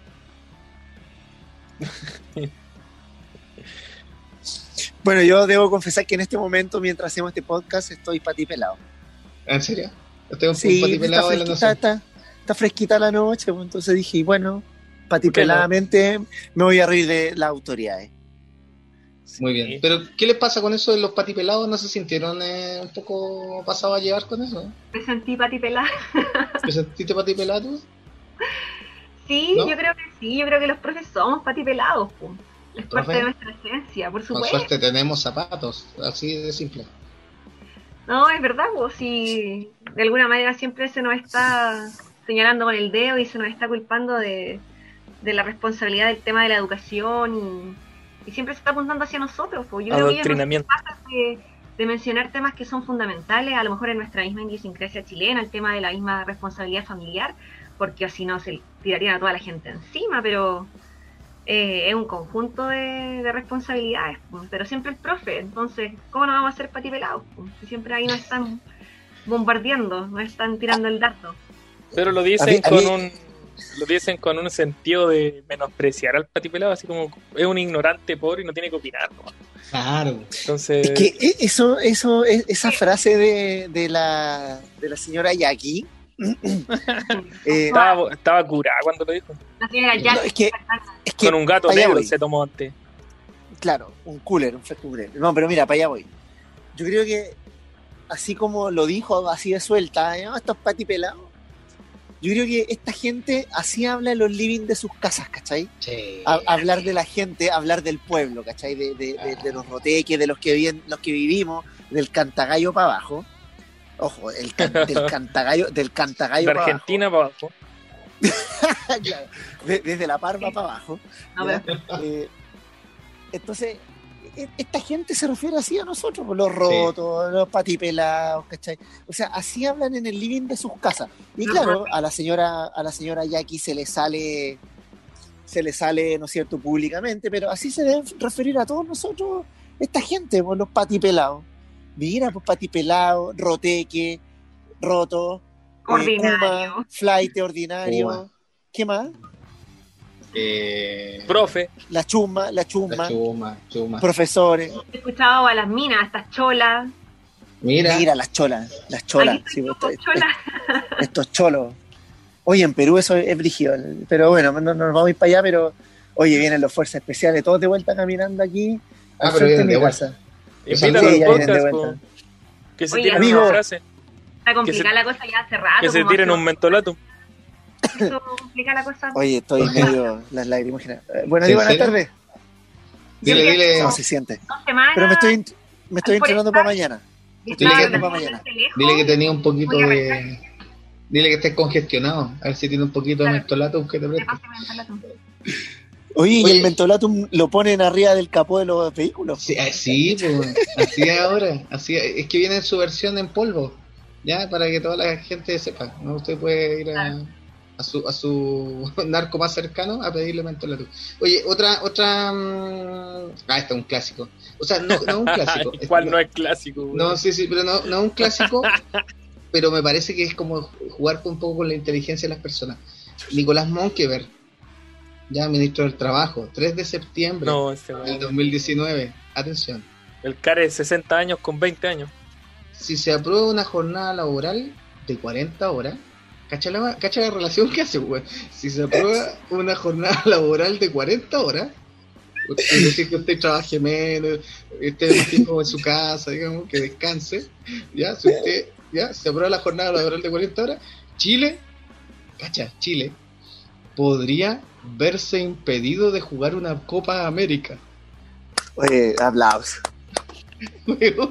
Bueno, yo debo confesar que en este momento, mientras hacemos este podcast, estoy patipelado. ¿En serio? Estoy un, Sí, un está patipelado de la fresquita, nación. está, está fresquita la noche, pues, entonces dije, bueno, patipeladamente me voy a reír de las autoridades. Muy bien. Pero, ¿qué les pasa con eso de los patipelados? ¿No se sintieron eh, un poco pasados a llevar con eso? Me sentí patipelada. ¿Te sentiste patipelado tú? Sí, ¿No? yo creo que sí, yo creo que los profes somos patipelados. Po. Es parte ¿Profe? de nuestra esencia, por Con supuesto. suerte tenemos zapatos, así de simple. No, es verdad, pues si de alguna manera siempre se nos está señalando con el dedo y se nos está culpando de, de la responsabilidad del tema de la educación y, y siempre se está apuntando hacia nosotros. Pues. Yo creo que ellos no son Adoctrinamiento. capaces de, de mencionar temas que son fundamentales, a lo mejor en nuestra misma idiosincrasia chilena, el tema de la misma responsabilidad familiar, porque así no se tirarían a toda la gente encima, pero eh, es un conjunto de, de responsabilidades, pues, pero siempre el profe, entonces, ¿cómo no vamos a ser patipelados? Pues? Si siempre ahí nos están bombardeando, nos están tirando el dardo. Pero lo dicen A mí- a con mí- un lo dicen con un sentido de menospreciar al patipelado, así como es un ignorante pobre y no tiene que opinar, ¿no? Claro. Entonces, Es que e- eso, eso, e- esa frase de, de la, de la señora Jackie, eh, estaba, estaba curada cuando lo dijo. La señora no, Jack, es que, es que Con un gato pa' allá negro voy. se tomó antes. Claro, un cooler, un fresco cooler. No, pero mira, para allá voy. Yo creo que, así como lo dijo, así de suelta, ¿no? Estos patipelados. Yo creo que esta gente así habla en los living de sus casas, ¿cachai? Sí. A- hablar de la gente, hablar del pueblo, ¿cachai? De, de, de, de los roteques, de los que, viven, los que vivimos, del cantagallo para abajo. Ojo, el can- del cantagallo, del cantagallo De para Argentina para abajo. abajo. Claro, de- desde la parva para abajo. no, ¿ya? pero- Eh, entonces, e- esta gente se refiere así a nosotros, pues, los rotos, los patipelados, ¿cachai? O sea, así hablan en el living de sus casas. Y Los claro, rotos. a la señora, a la señora Jackie se le sale, se le sale, ¿no es cierto?, públicamente, pero así se deben referir a todos nosotros, esta gente, pues, los patipelados. Mira, pues patipelado, roteque, roto, eh, Ordinario. Kuma, flight ordinario. Kuma. ¿Qué más? Eh, Profe, La chuma, la chuma, la chuma, chuma. profesores. He escuchado a las minas, a estas cholas. Mira, Mira las cholas, las cholas. Aquí sí, estoy pues, con cholas. est- estos cholos. Oye, en Perú eso es brígido, pero bueno, no, no nos vamos a ir para allá, pero oye, vienen los fuerzas especiales, todos de vuelta caminando aquí Ah, al pero frente de vienen mi de vuelta. casa. invítalo Sí, al ya vienen de podcast, vuelta. po, que se Oye, tiren amigo. una frase, Está complicada se- la cosa ya hace rato. que se como tiren hace- un mentolatum. Eso complica la cosa. Oye, estoy medio las lágrimas. Eh, Bueno, ¿En digo, buenas serio? tardes. dile, Yo dile, No se siente. Dos semanas. Pero me estoy, me estoy Por entrenando estar- para mañana. y Dile estaba que- hablando para mañana. desde lejos. dile que tenía un poquito Voy a de... Dile que estés congestionado, a ver si tiene un poquito de Claro. mentolatum que te Me preste. pasa el mentolatum. Oye, y Oye. el mentolatum lo ponen arriba del capó de los vehículos. Sí, así, pues, así es ahora. Así es, es que viene en su versión en polvo, ya, para que toda la gente sepa. ¿no? Usted puede ir a, Claro. a su a su narco más cercano a pedirle mentolatum. Oye, otra otra mmm... ah, este es un clásico. O sea, no, no es un clásico. ¿Cuál es, no es clásico? Güey? No, sí, sí, pero no, no es un clásico, pero me parece que es como jugar un poco con la inteligencia de las personas. Nicolás Monkeberg, ya ministro del Trabajo, tres de septiembre no, ese del dos mil diecinueve. Atención. El cara de sesenta años con veinte años. Si se aprueba una jornada laboral de cuarenta horas, ¿cacha la, cacha la relación que hace, güey? Si se aprueba una jornada laboral de cuarenta horas, es decir, que usted trabaje menos, esté más tiempo en su casa, digamos, que descanse, ya, si usted, ya, se aprueba la jornada laboral de cuarenta horas, Chile, cacha, Chile, podría verse impedido de jugar una Copa América. Oye, aplausos. Pero,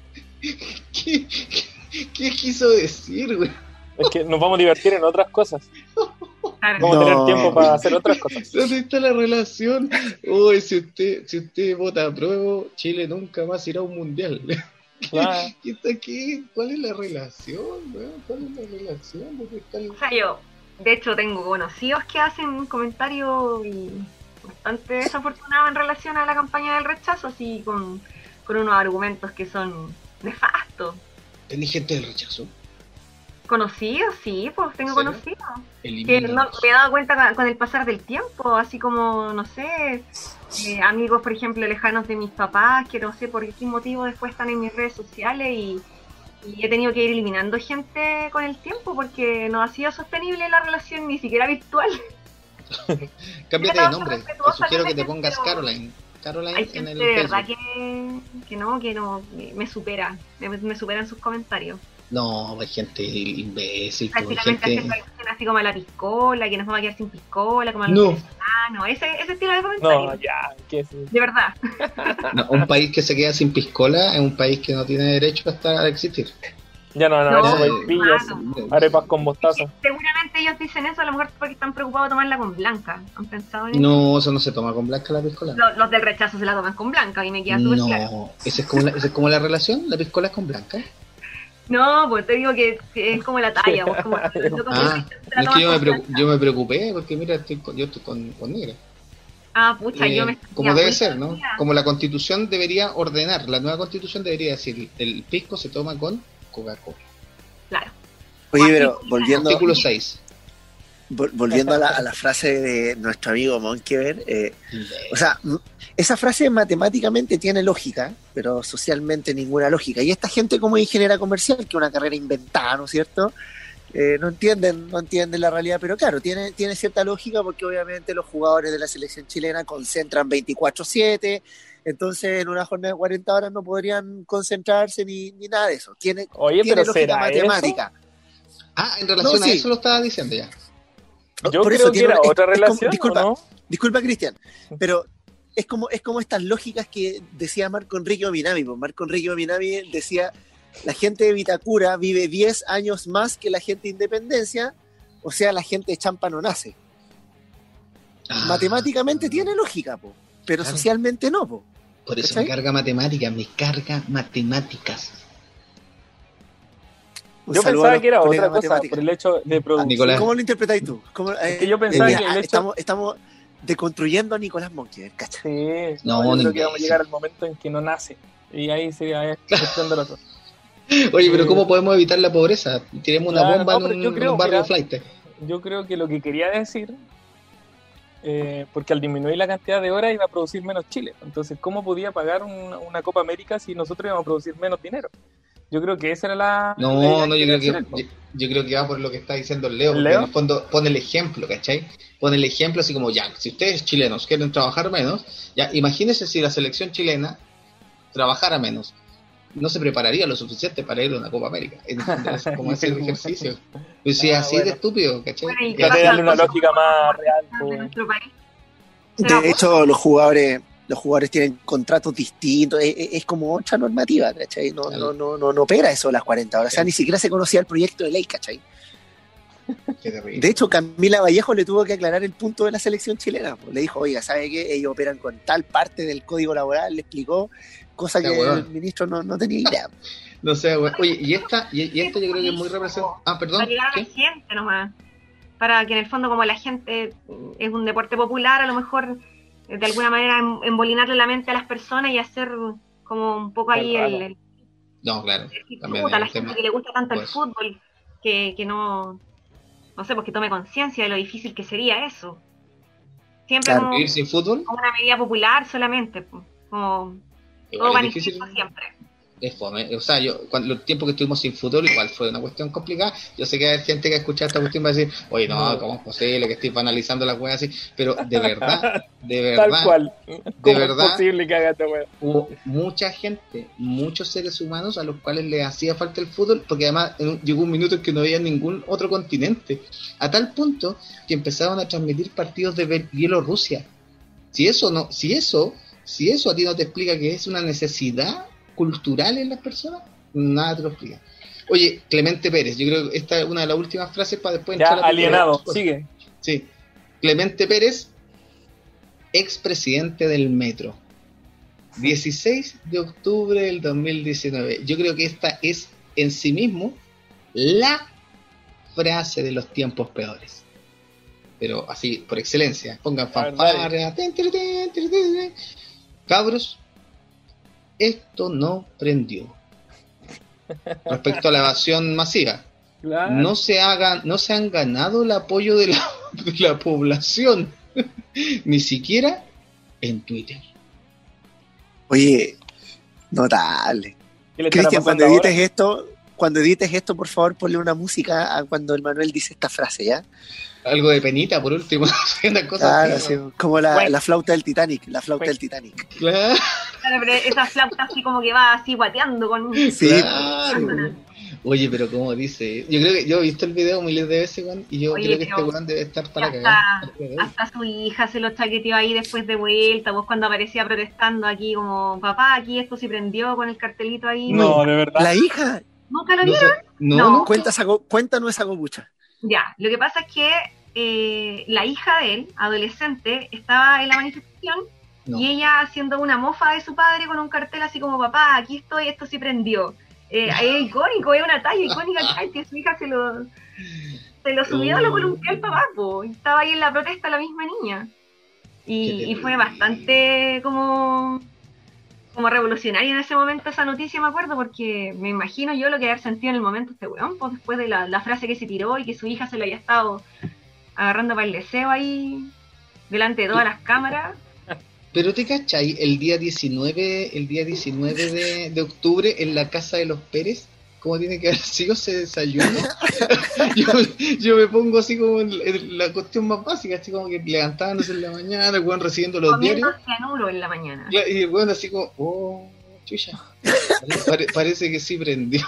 ¿qué, qué, qué quiso decir, güey? Es que nos vamos a divertir en otras cosas. Claro. Vamos No. a tener tiempo para hacer otras cosas. ¿Dónde está la relación? Uy, si usted, si usted vota a prueba, Chile nunca más irá a un mundial. Ah, ¿Qué está aquí? ¿Cuál es la relación, güey? ¿Cuál es la relación? ¿Dónde está el- O sea, yo, de hecho, tengo conocidos que hacen comentarios y bastante desafortunados en relación a la campaña del rechazo, así con, con unos argumentos que son nefastos. ¿Tenés gente del rechazo? Conocidos, sí, pues tengo ¿En serio? conocidos. Que Elimínalos. no me he dado cuenta con, con el pasar del tiempo, así como, no sé, eh, amigos, por ejemplo, lejanos de mis papás, que no sé por qué motivo después están en mis redes sociales y, y he tenido que ir eliminando gente con el tiempo porque no ha sido sostenible la relación ni siquiera virtual. Cámbiate de nombre. Te sugiero que te pongas pero- Caroline. Caroline Hay en gente el de verdad Facebook. que, que no, que no, me, me supera, me, me superan sus comentarios. No, hay gente imbécil, pues, hay Prácticamente gente... hacen reacción así como a la piscola, que nos vamos a quedar sin piscola, como a No. los venezolanos, ese, ese estilo de comentarios. no, ya. ¿Qué es? De verdad. No, un país que se queda sin piscola es un país que no tiene derecho hasta a existir. Ya no, no, No, eso hay pillas, hermano. arepas con mostaza. Seguramente ellos dicen eso a lo mejor porque están preocupados de tomarla con blanca. ¿Han pensado en eso? No, eso no se toma con blanca la piscola. Los, los del rechazo se la toman con blanca y me queda súper claro. No, esa es como la, esa es como la relación, la piscola es con blanca. No, pues te digo que, que es como la talla. Pues, como, lo que Ah, se la no es que yo me, toman con preocu- blanca. yo me preocupé porque mira, estoy con, yo estoy con, con negra. Ah, pucha, Eh, yo me como ya, debe muy ser, ¿no? confundida. Como la constitución debería ordenar, la nueva constitución debería decir, el pisco se toma con Coca-Cola. Claro. Oye, pero volviendo, Artículo seis. vol- volviendo a, la, a la frase de nuestro amigo Monkeberg, eh, o sea, m- esa frase matemáticamente tiene lógica, pero socialmente ninguna lógica. Y esta gente como ingeniera comercial, que es una carrera inventada, ¿no es cierto? Eh, no entienden, no entienden la realidad, pero claro, tiene, tiene cierta lógica porque obviamente los jugadores de la selección chilena concentran veinticuatro siete, entonces en una jornada de cuarenta horas no podrían concentrarse ni, ni nada de eso. Tiene, Oye, tiene pero lógica ¿será matemática. Ah, en relación No, a sí. eso lo estaba diciendo ya. Yo Por creo eso que tiene- era es- otra es como- relación, disculpa, ¿o no? Disculpa, Cristian, pero es como, es como estas lógicas que decía Marco Enrique Ominami. Pues Marco Enrique Ominami decía, la gente de Vitacura vive diez años más que la gente de Independencia, o sea, la gente de Champa no nace. Ah, Matemáticamente tiene lógica, po, pero Claro. socialmente no, po. Por eso ¿cachai? me carga matemáticas, me carga matemáticas. Un Yo saludo a pensaba los que era colegas otra cosa, matemáticos. por el hecho de producir. Nicolás. ¿Cómo lo interpretáis tú? ¿Cómo, eh, que yo pensaba eh, que el ah, hecho- estamos, estamos deconstruyendo a Nicolás Monkeberg, ¿cachai? Sí, No, no, yo ni creo que vamos a imbécil. llegar al momento en que no nace. Y ahí se va a cuestión de los otros. Oye, pero Eh, ¿cómo podemos evitar la pobreza? Tiremos una Claro, bomba no, en, pero un, yo en creo, un barrio mira, flight. Yo creo que lo que quería decir, eh, porque al disminuir la cantidad de horas iba a producir menos Chile. Entonces, ¿cómo podía pagar una, una Copa América si nosotros íbamos a producir menos dinero? Yo creo que esa era la... la No, idea no, yo que creo quería que hacer. yo, yo creo que va por lo que está diciendo el Leo, porque ¿Leo? en el fondo pone el ejemplo, ¿cachai? Pone el ejemplo así como, ya, si ustedes chilenos quieren trabajar menos, ya, imagínense si la selección chilena trabajara menos, no se prepararía lo suficiente para ir a una Copa América. En el fondo es como ese ejercicio. Pues si es Ah, así bueno. de estúpido, ¿cachai? Bueno, ¿y Y qué Hay que así- pasa? darle una lógica más real. De pues. nuestro país. ¿Será De vos? hecho, los jugadores, los jugadores tienen contratos distintos, es, es- es como otra normativa, ¿cachai? No, Claro. no, no, no, no opera eso las cuarenta horas, o sea, ni siquiera se conocía el proyecto de ley, ¿cachai? Qué terrible. De hecho, Camila Vallejo le tuvo que aclarar el punto de la selección chilena, pues. Le dijo, oiga, ¿sabe qué? Ellos operan con tal parte del código laboral, le explicó, cosa Ya, que huevón. el ministro no, no tenía idea. No sé, güey. Oye, y esta, y, y esta yo creo que es muy representativa. Ah, Va perdón. a llegar a ¿Qué? la gente nomás. para que en el fondo, como la gente es un deporte popular, a lo mejor de alguna manera em- embolinarle la mente a las personas y hacer como un poco ahí Claro. el, el, No, claro. el También chuta, a la el gente tema. que le gusta tanto el Pues. fútbol, que, que no, no sé, pues que tome conciencia de lo difícil que sería eso. Siempre Claro. como, ¿Vivir sin fútbol? como una medida popular solamente, pues, como Igual todo es difícil. manifiesto siempre. Es fome. O sea, yo, cuando el tiempo que estuvimos sin fútbol, igual fue una cuestión complicada. Yo sé que hay gente que ha escuchado esta cuestión va a decir, oye, no, No. ¿cómo es posible que estés analizando las weas así? Pero de verdad, de Tal verdad, cual. ¿Cómo verdad. es posible que haga esta weá? hubo mucha gente, muchos seres humanos a los cuales les hacía falta el fútbol, porque además en un- llegó un minuto en que no había ningún otro continente, a tal punto que empezaron a transmitir partidos de Be- Bielorrusia. Si eso no, si eso, si eso a ti no te explica que es una necesidad cultural en las personas, nada te lo explica. Oye, Clemente Pérez, yo creo que esta es una de las últimas frases para después Ya, entrar a la alienado. película. Sigue. Sí. Clemente Pérez, expresidente del Metro. dieciséis de octubre del dos mil diecinueve. Yo creo que esta es en sí mismo la frase de los tiempos peores. Pero así, por excelencia. Pongan A ver, fanfarria. Tin, tin, tin, tin, tin, tin. Cabros, esto no prendió. Respecto a la evasión masiva. Claro. No se hagan, no se han ganado el apoyo de la, de la población, ni siquiera en Twitter. Oye, notable. ¿Qué le estará Cristian, cuando pasando ahora? edites esto, cuando edites esto, por favor, ponle una música a cuando el Manuel dice esta frase, ¿ya? Algo de penita, por último. Una cosa Claro, así, así, como la, Bueno. la flauta del Titanic, la flauta Bueno. del Titanic. Claro, Claro, pero esa flauta así como que va así guateando con... Sí, claro. Oye, pero como dice, yo creo que yo he visto el video miles de veces, weón, y yo Oye, creo que pero este weón debe estar para hasta- cagar. Hasta su hija se lo chaqueteó ahí después de vuelta, vos cuando aparecía protestando aquí como, papá, aquí esto se prendió con el cartelito ahí. No, de verdad. la hija, ¿Nunca lo No, vieron? sé, no, No. no. cuenta esa go- cuéntanos esa gobucha. Ya, lo que pasa es que eh, la hija de él, adolescente, estaba en la manifestación no. y ella haciendo una mofa de su padre con un cartel así como, papá, aquí estoy, esto sí prendió. Eh, es icónico, es una talla icónica ay, que su hija se lo, se lo subió, Oh. lo columpió al papá, po, y estaba ahí en la protesta la misma niña. Qué Y, terrible. y fue bastante como, como revolucionaria en ese momento esa noticia, me acuerdo, porque me imagino yo lo que haber sentido en el momento este weón, pues después de la, la frase que se tiró y que su hija se lo había estado agarrando para el deseo ahí, delante de todas las cámaras. Pero te cachai, el día diecinueve, el día diecinueve de, de octubre en la casa de los Pérez, ¿cómo tiene que haber sido ese desayuno? yo, yo me pongo así como en, en la cuestión más básica, así como que levantándose en la mañana, el weón recibiendo los Comiendo diarios, cianuro en la mañana. y el weón así como, oh, chucha, pare- parece que sí prendió.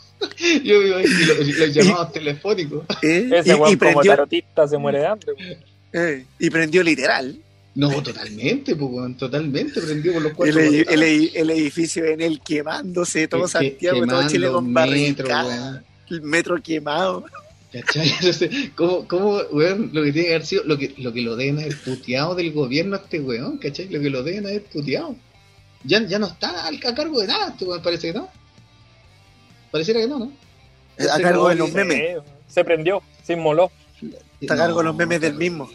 Yo vivo ahí, y los, los llamados telefónicos. ¿Eh? Ese Y, weón y como prendió, tarotista se muere de hambre. weón. eh, y prendió literal. No, totalmente, pues, weón, totalmente prendió por los El, cuatro. edi- costados. el edi- el edificio en él quemándose, todo Que- Santiago, todo quemando Chile con metro, barricada, weón. el metro quemado. ¿Cachai? Entonces, ¿cómo, cómo, weón, lo que tiene que haber sido, lo que, lo que lo deben haber puteado del gobierno a este weón, ¿cachai? Lo que lo deben haber puteado. Ya, ya no está al- a cargo de nada, este weón, parece que no. Pareciera que no, ¿no? A cargo de los Sí, memes. Eh, se prendió, se inmoló. Está a cargo de los memes del mismo.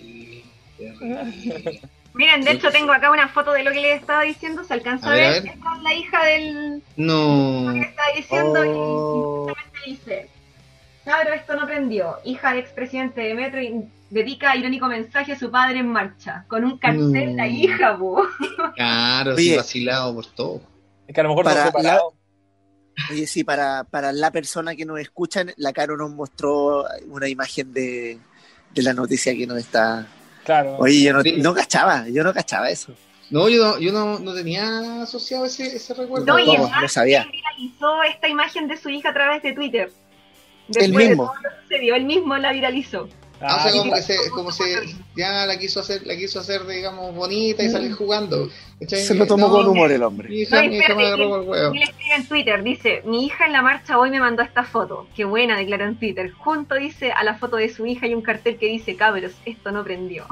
Terrible. Miren, de hecho tengo acá una foto de lo que les estaba diciendo, se alcanza A a ver, ver, a ver. esta es la hija del No. que estaba diciendo Oh. y justamente dice, cabro, esto no prendió, hija del expresidente de Metro y dedica irónico mensaje a su padre en marcha, con un cartel No. la hija, po. Claro, sí, Oye. vacilado por todo. Es que a lo mejor Para no separado. Oye, sí, para, para la persona que nos escuchan, la Caro nos mostró una imagen de, de la noticia que nos está... Claro. Oye, yo no, Sí. no cachaba, yo no cachaba eso. No, yo no, yo no, no tenía asociado ese, ese recuerdo. No, y ¿Cómo? es más, No sabía. él viralizó esta imagen de su hija a través de Twitter. ¿El Después mismo? de todo lo que sucedió, él mismo la viralizó. Ah, o sea, Ah, como que se, como se, ya la quiso hacer, la quiso hacer, digamos, bonita y salir jugando. ¿Cachai? Se lo tomó No, con humor el hombre. Mi hija, No, mi hija me espérate, agarró por el huevo. Y él escribe en Twitter, dice, mi hija en la marcha hoy me mandó esta foto. Qué buena, declaró en Twitter. Junto, dice, a la foto de su hija hay un cartel que dice, cabros, esto no prendió.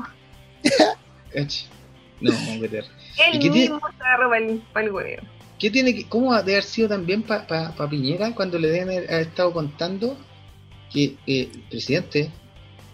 Ech. No, qué terrible. Él ¿Y qué mismo se agarró para el, para el huevo. ¿Qué tiene que, ¿Cómo ha de haber sido también para pa, pa Piñera cuando le deben haber, haber estado contando que eh, el presidente,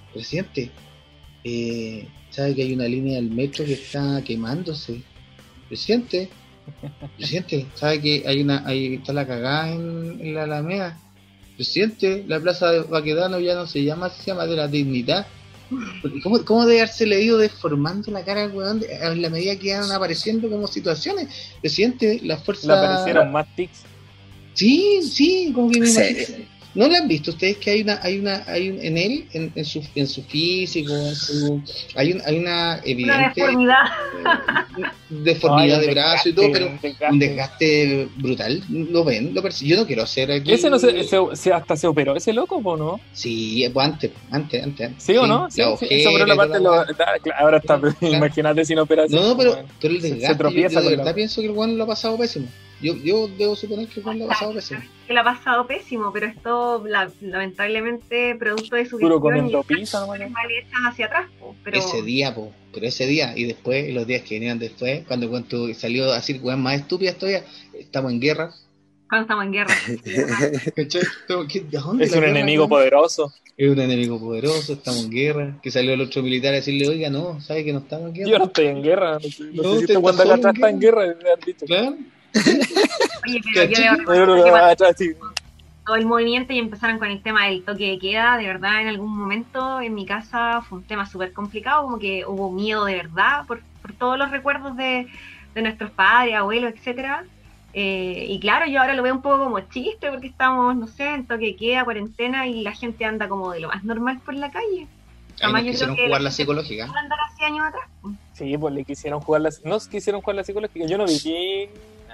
presidente, eh, ¿sabe que hay una línea del metro que está quemándose? Presidente, presidente, ¿sabe que hay una, ahí está la cagada en, en la Alameda? Presidente, la plaza de Baquedano ya no se llama, se llama de la Dignidad. ¿Cómo, cómo debe haberse leído deformando la cara del weón a la medida que iban apareciendo como situaciones? Presidente, las fuerzas... Le aparecieron más tics. Sí, sí, como que me Sí. imagino. ¿No le han visto ustedes que hay una, hay una, hay un, en él, en, en su, en su físico, en su, hay un, hay una Una evidente deformidad. eh, deformidad Ay, de un brazo y desgaste, todo, pero un desgaste. un desgaste brutal, lo ven, lo perciben. Yo no quiero hacer aquí. Ese no se, se, se- hasta se operó ese loco, ¿o no? Sí, pues antes, antes, antes. antes. ¿Sí o no? Sí, la sí, ojera se operó y la toda parte de la lo, weá. da- claro, ahora está, pero Claro. imagínate sin operación. No, pero, weón. pero el Se- se desgaste, yo, tropieza yo de con la verdad weá. pienso que el weón lo ha pasado pésimo. Yo, yo debo suponer que el weón lo ha pasado pésimo. Que lo ha pasado pésimo, pero esto la- lamentablemente producto de su Puro visión comiendo y pizza, nomás. mal hechas hacia atrás. po, Pero Ese día, po, pero ese día, y después, los días que venían después, cuando, cuando salió así, weón, más estúpidas todavía, estamos en guerra. cuando estamos en guerra. ¿Cachai? ¿Qué- de dónde Es la un guerra, enemigo weón? poderoso. Es un enemigo poderoso, estamos en guerra. Que salió el otro militar a decirle, oiga, no, ¿sabe que no estamos en guerra? Yo no estoy en guerra. No sé, no No, sé si usted este está Wanda solo acá atrás en está en guerra, me han dicho. Claro. Oye, pero yo ¿Cachai? debo Pero no, reconocer que no, cuando atrás, sí. todo el movimiento y empezaron con el tema del toque de queda, de verdad en algún momento en mi casa fue un tema súper complicado, como que hubo miedo de verdad por, por todos los recuerdos de, de nuestros padres, abuelos, etcétera. Eh, y claro, yo ahora lo veo un poco como chiste porque estamos, no sé, en toque de queda, cuarentena y la gente anda como de lo más normal por la calle. Ahí Además, nos yo quisieron creo que jugar la la gente psicológica. no andar hace años atrás. Sí, pues le quisieron jugar la, no quisieron jugar la psicológica. Yo no viví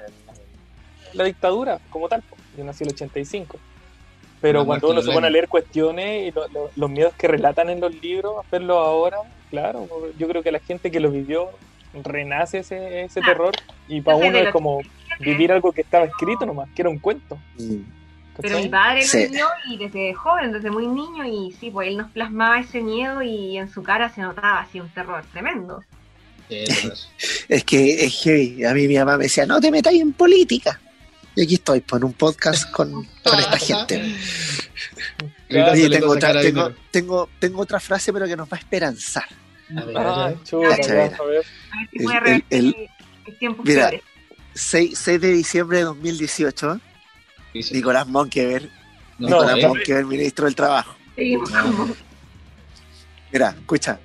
la dictadura como tal, pues. Yo nací en el ochenta y cinco. Pero No, cuando Martín uno se pone a Lolani. leer cuestiones y lo- lo- los miedos que relatan en los libros, verlos ahora, claro, yo creo que la gente que lo vivió renace ese, ese Ah. terror y para Yo soy uno del es como vivir algo que estaba escrito nomás, que era un cuento. Pero mi ¿cachai? padre lo Sí. vivió y desde joven, desde muy niño, y sí, pues él nos plasmaba ese miedo y en su cara se notaba así un terror tremendo. Sí, eso es. Es que es heavy. A mí mi mamá me decía, no te metáis en política. Y aquí estoy, por un podcast con, con esta gente. Claro, Oye, Dándole tengo cosas otra, cara de tengo, dinero. tengo, tengo otra frase, pero que nos va a esperanzar. A ver, a ver, a Ah, ver. chuta, Cacha, ya, mira. a ver. A ver si El- puede el- revertir el- el, el tiempo Mira. peores. seis, seis de diciembre de dos mil dieciocho, Dice, Nicolás Monkever, no, No, Nicolás eh, ya- Monkever, ministro del Trabajo. Seguimos. No. Mira, escucha.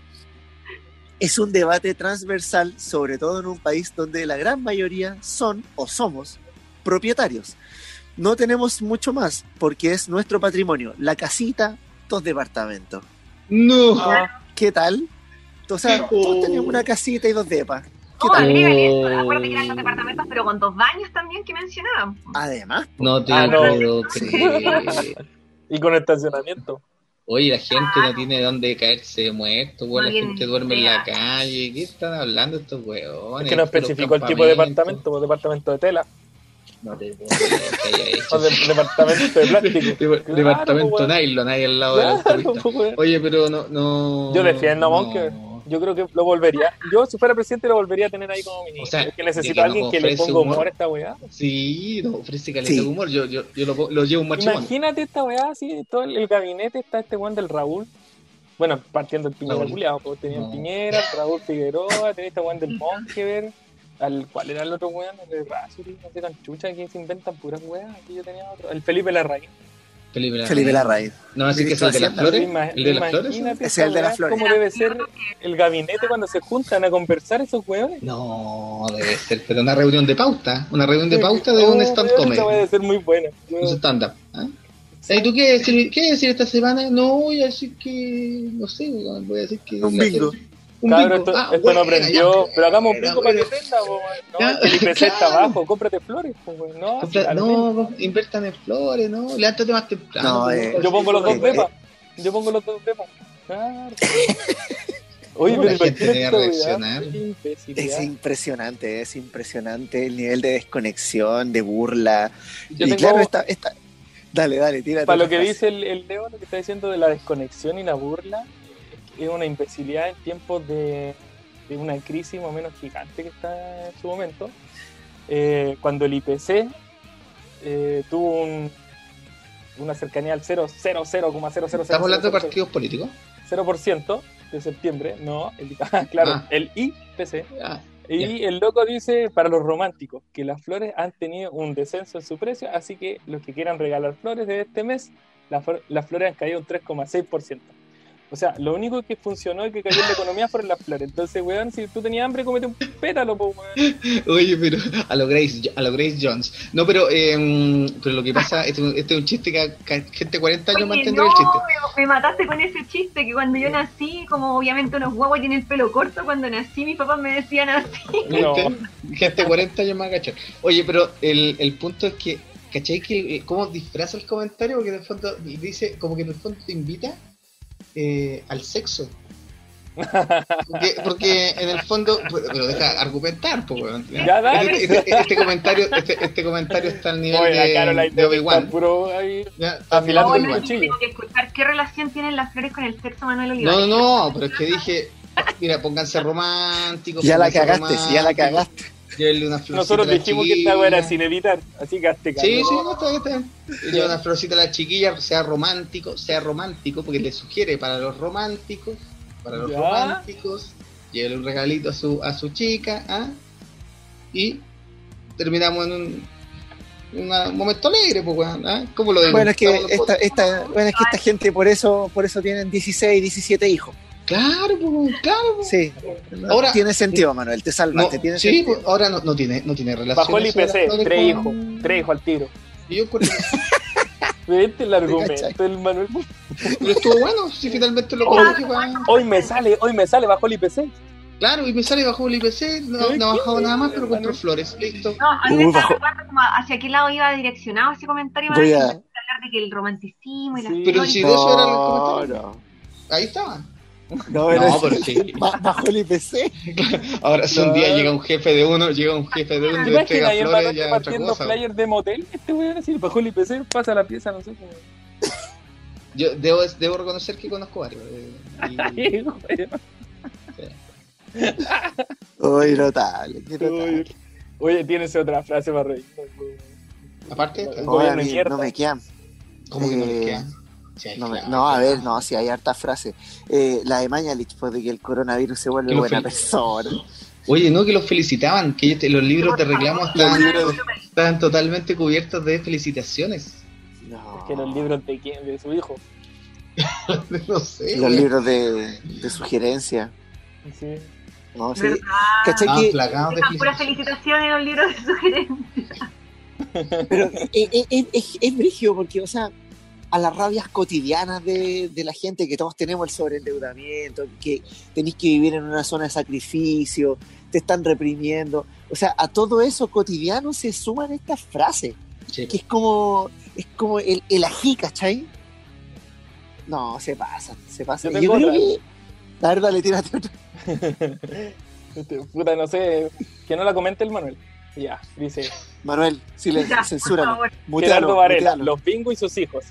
Es un debate transversal, sobre todo en un país donde la gran mayoría son o somos propietarios. No tenemos mucho más porque es nuestro patrimonio. La casita, dos departamentos. No. Ah, ¿Qué tal? O sea, todos Oh. tenemos una casita y dos depas. ¿Qué No, tal? agrégale eso. Acuérdate que eran los departamentos, pero con dos baños también que mencionaban. Además, po, No te Ah, no. puedo Sí. creer. y con estacionamiento. Oye, la gente no tiene dónde caerse muerto, weón. No La tiene gente duerme en la idea. calle. ¿Qué están hablando estos Es weones? que no Puros especificó el tipo de campamentos. departamento, pues departamento de tela, No te puedo creer que haya hecho o de- departamento de plástico. Dep- Claro, Departamento pues, weón. nylon ahí al lado de la Claro, autopista. pues, weón. Oye, pero no, no. Yo defiendo a no. Monkever. Yo creo que lo volvería. Yo, si fuera presidente, lo volvería a tener ahí como ministro. O sea, es que necesito de que a alguien nos que le ofrece ponga humor humor. a esta weá. Sí, no, ofrece caleta Sí. de humor. Yo, yo, yo lo, lo llevo un machimón. Imagínate esta weá así, todo el, el gabinete está este weón del Raúl. Bueno, partiendo del Piñera Raúl. culiado, pues tenía No. Piñera, Raúl Figueroa, tenía este weón del Monkever. Al, ¿Cuál era el otro weón? El de Razuri, no sé, tan chucha que se inventan puras weas. Aquí yo tenía otro. El Felipe Larraín. Felipe Larraín. Felipe Larraín. No, así que es el de las Ministro flores. Ima- El de las flores. Imagínate Es el esta de las weá, flores. cómo debe ser el gabinete cuando se juntan a conversar esos weones. No, debe ser, pero una reunión de pauta. Una reunión de pauta de un Oh, stand weón, comedy. esa weá debe ser muy buena. Un stand-up. ¿ah? ¿Y tú qué decir, qué decir esta semana? No, voy a decir que. No sé, weón, voy a decir que. Un bingo. Un Cabro, bingo. esto, Ah, esto no buena, aprendió, ya, pero hagamos un buena, bingo para que buena. prenda, po, weón. No, Ya, el I P C está claro. abajo, cómprate flores, po, weón. No, Compra- a lo mismo. no, invertan en flores, no, levántate más temprano. No, pues, eh, Yo pongo los dos eh, depas. Yo pongo los dos depas. Claro. Oye, ¿Cómo pero la gente imagínate debe esta weá, reaccionar? qué imbecilidad. Es impresionante, es impresionante el nivel de desconexión, de burla. Yo y tengo- claro, esta, esta... Dale, dale, tírate. Para lo otra que frase. dice el, el Leo, lo que está diciendo de la desconexión y la burla, es una imbecilidad en tiempos de, de una crisis más o menos gigante que está en su momento. Eh, cuando el I P C eh, tuvo un, una cercanía al cero coma cero cero cero cero. ¿Estamos hablando de partidos políticos? cero por ciento de septiembre, no, el, claro, Ah. el I P C. Ah, Y el loco dice, para los románticos, que las flores han tenido un descenso en su precio, así que los que quieran regalar flores de este mes, las, flor- las flores han caído un tres coma seis por ciento. O sea, lo único que funcionó y que cayó en la economía fueron las flores. Entonces, weón, si tú tenías hambre, comete un pétalo, po, weón. Oye, pero a lo Grace, a lo Grace Jones. No, pero, eh, pero lo que pasa, este, este es un chiste que, que gente de cuarenta años Oye, mantendrá no, el chiste. me, me mataste con ese chiste que cuando yo nací, como obviamente unos guaguas tienen el pelo corto, cuando nací mis papás me decían así. No. Gente de cuarenta años más cachar. Oye, pero el, el punto es que, ¿cachai? Que el- cómo disfraza el comentario, porque en el fondo dice, como que en el fondo te invita eh, al sexo. Porque, porque en el fondo, pero deja argumentar, pues, weón. Ya, dale. Este, este- este comentario, este, este comentario está al nivel Oye, la de, Caroline de Obi-Wan. está puro ahí. Ya, está al afilando nivel de el Bueno, Obi-Wan. cuchillo. tengo que escuchar qué relación tienen las flores con el sexo, Manuel Olivares. No, no, no, pero es que dije, mira, pónganse románticos. Ya la pónganse cagaste, sí, ya la románticos, cagaste. llévenle una florcita Nosotros a la dijimos que esta weá era chiquilla. sin evitar, así que hazte cargo. Sí, sí, no, está bien, está bien. Lleva una florcita a la chiquilla, sea romántico, sea romántico, porque le sugiere para los románticos, para los Ya. románticos, llévele un regalito a su, a su chica, ¿ah? Y terminamos en un, una- un momento alegre, pues, weón, ¿ah? ¿Cómo lo digo? Bueno, es que Estamos en esta, podcast. esta, bueno, es que esta gente por eso, por eso tienen dieciséis, diecisiete hijos. Claro, pues, claro, pues. Sí. Ahora- tiene sentido, Manuel, te No, salvaste, tiene sí, sentido. pues, ahora no, no tiene, no tiene relación. Bajó el I P C, eso de las tres flores hijos, con- tres hijos al tiro. Y yo encuentro que- ¿Viste el cachai? argumento del Manuel? pero estuvo bueno, si finalmente lo Hoy- cogí, weón. Hoy me sale, hoy me sale bajo el I P C. Claro, y me sale bajo el I P C, no, ¿Qué? no ha bajado ¿Qué? nada más, pero Hermano. compró flores, listo. No, a mí Uy, me estaba bajo- preocupando como hacia qué lado iba direccionado ese comentario. Voy Manuel, a- que empezó a hablar de que el romanticismo y las Sí. Pero flores. si de eso era el No, comentario. no. Ahí estaba. No, pero, No, pero sí. ba- bajo el I P C. Ahora si un No. día llega un jefe de uno, llega un jefe de uno ¿Te y le entrega imaginas ahí el flores, Manuel ya es otra repartiendo cosa. flyers de motel? Este weón así, bajó el I P C, pasa la pieza, no sé cómo. Yo debo, debo reconocer que conozco varios. eh, y- Ay, weón. Uy, notable, qué notable. Oye, tienes otra frase para reír. aparte, Un Oye, a gobierno de mí mierda. no me quedan. ¿cómo que no le eh, queda? Sí, hay No, me- claro, no, a ver, claro. no, si hay hartas frases. Eh, la de Mañalich, pues de que el coronavirus se vuelve Que lo buena fel- persona. Oye, no, que los felicitaban, que ellos- los libros de reclamo Los estaban, libros de- estaban totalmente cubiertos de felicitaciones. No. Es que los libros de quién, de su hijo. No sé. Los güey. libros de, de sugerencia. Sí. No, sí. ¿Verdad? ¿Cachai Estaban que- plagados de Dejan puras felicitaciones. felicitaciones en los libros de sugerencia. Pero es, es, es, es- es brígido porque, o sea, a las rabias cotidianas de, de la gente, que todos tenemos el sobreendeudamiento, que tenéis que vivir en una zona de sacrificio, te están reprimiendo. O sea, a todo eso cotidiano se suman estas frases, Sí. que es como, es como el, el ají, ¿cachai? No, se pasa, se pasa. Yo Yo, tengo creo otra. que, la verdad, le tírate otra. Este, puta, no sé, que no la comente el Manuel. Ya, dice Manuel, silencio, Ya, por censúralo. favor. Gerardo Mutealo, Varela, mutealo. los Bingo y sus hijos.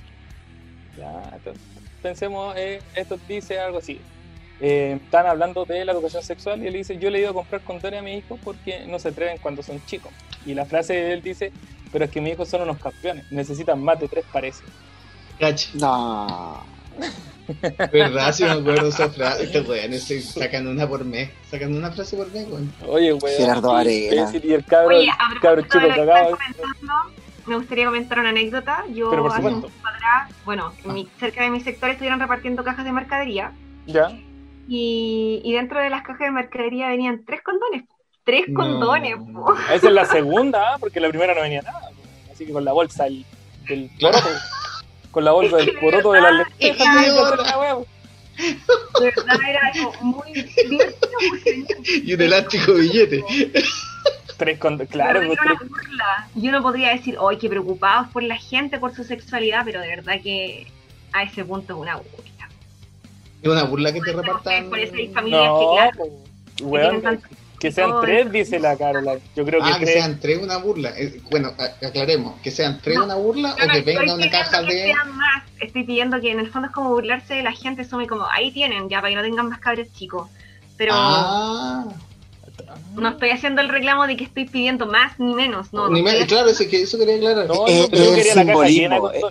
Ya, entonces, pensemos, eh, esto dice algo así. Eh, están hablando de la educación sexual y él dice, yo le he ido a comprar condones a mi hijo porque no se atreven cuando son chicos. Y la frase de él dice, pero es que mis hijos son unos campeones, necesitan más de tres pares. Cacha. No. ¿Verdad? Si me acuerdo esa frase. Estos weones se sacan una por mes. Sacan una frase por mes, weón. Oye, weón. Gerardo y- Varela. imbécil, Y el cabro, Oye, el a cabro propósito chico de lo que cagado. están comentando, me gustaría comentar una anécdota. Yo Pero por hace supuesto. un tiempo atrás, bueno, en mi- cerca de mi sector estuvieron repartiendo cajas de mercadería Ya. y, y dentro de las cajas de mercadería venían tres condones. Tres No. condones, po. Esa es la segunda, ¿ah? Porque la primera no venía nada. Así que con la bolsa el, del Claro. poroto. Con la bolsa del Es que de poroto de las verdad, lentejas. es que y de la verdad. otra huevo. De verdad era algo muy divertido porque Y un elástico billete. Tres con... Claro, Claro, era pues, una tres- burla. Yo no podría decir, hoy qué preocupados por la gente, por su sexualidad, pero de verdad que a ese punto es una burla. Es una burla que te repartan. Por eso hay familias No, que, claro, pues, que weón, tienen tanto- que sean todo tres, eso. dice la Caroline. Yo creo que Ah, que tres. sean tres una burla. Eh, Bueno, a- aclaremos. Que sean tres No, una burla Yo o no que estoy venga una pidiendo caja que de. sean más, estoy pidiendo que en el fondo es como burlarse de la gente, son muy como, ahí tienen, ya para que no tengan más cabros chicos. Pero Ah, no estoy haciendo el reclamo de que estoy pidiendo más ni menos, no. ni no me- estoy claro, eso, que, eso quería aclarar. No, Eh, no, pero yo el quería la caja llena simbolismo, con eh, todo.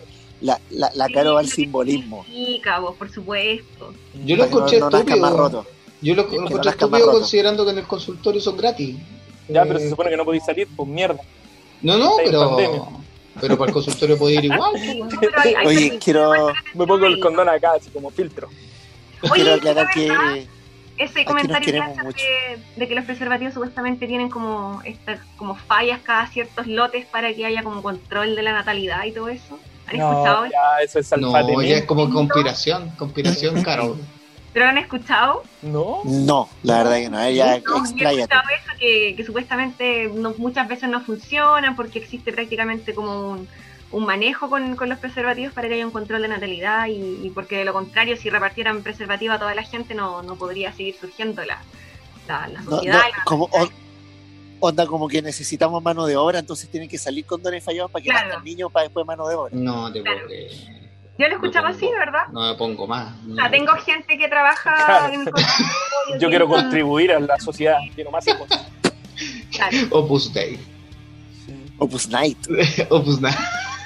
La, la, la Caro va al simbolismo. Sí, cabo, por supuesto. Yo lo Para que no- escuché no nazcan más estúpido. rotos. Yo lo Que no encontré nazcan más estúpido rotos. considerando que en el consultorio son gratis. Ya, Eh, pero se supone que no podéis salir, pues mierda. No, no, está en pandemia. pero. Pero para el consultorio puede ir igual. Sí, no, pero hay- hay Oye, permiso. quiero, Me pongo el condón acá, así como filtro. Oye, quiero ¿es aclarar verdad? que Ese nos comentario que queremos haces mucho. de, de que los preservativos supuestamente tienen como estas como fallas cada ciertos lotes para que haya como control de la natalidad y todo eso. ¿Han escuchado No, eso? ya, eso es No, alfatemento. ya es como conspiración. Conspiración, Carol. ¿Pero lo han escuchado? No, no, la verdad que no. Ella, No, yo he expláyate. escuchado eso, que, que supuestamente no- muchas veces no funcionan porque existe prácticamente como un, un manejo con, con los preservativos para que haya un control de natalidad y, y porque de lo contrario, si repartieran preservativos a toda la gente, no, no podría seguir surgiendo la, la, la No, sociedad. no, y la como, natalidad. on- onda como que necesitamos mano de obra, entonces tienen que salir condones fallados para que Claro. nazcan niños para después mano de obra. No te Claro. puedo creer. Yo lo escuchaba No así, pongo- ¿verdad? No me pongo más. O sea, tengo gente que trabaja Claro. en el consultorio, yo quiero que- contribuir a la sociedad, quiero más hijos. Claro. Opus Dei. Opus Night. Opus Dei.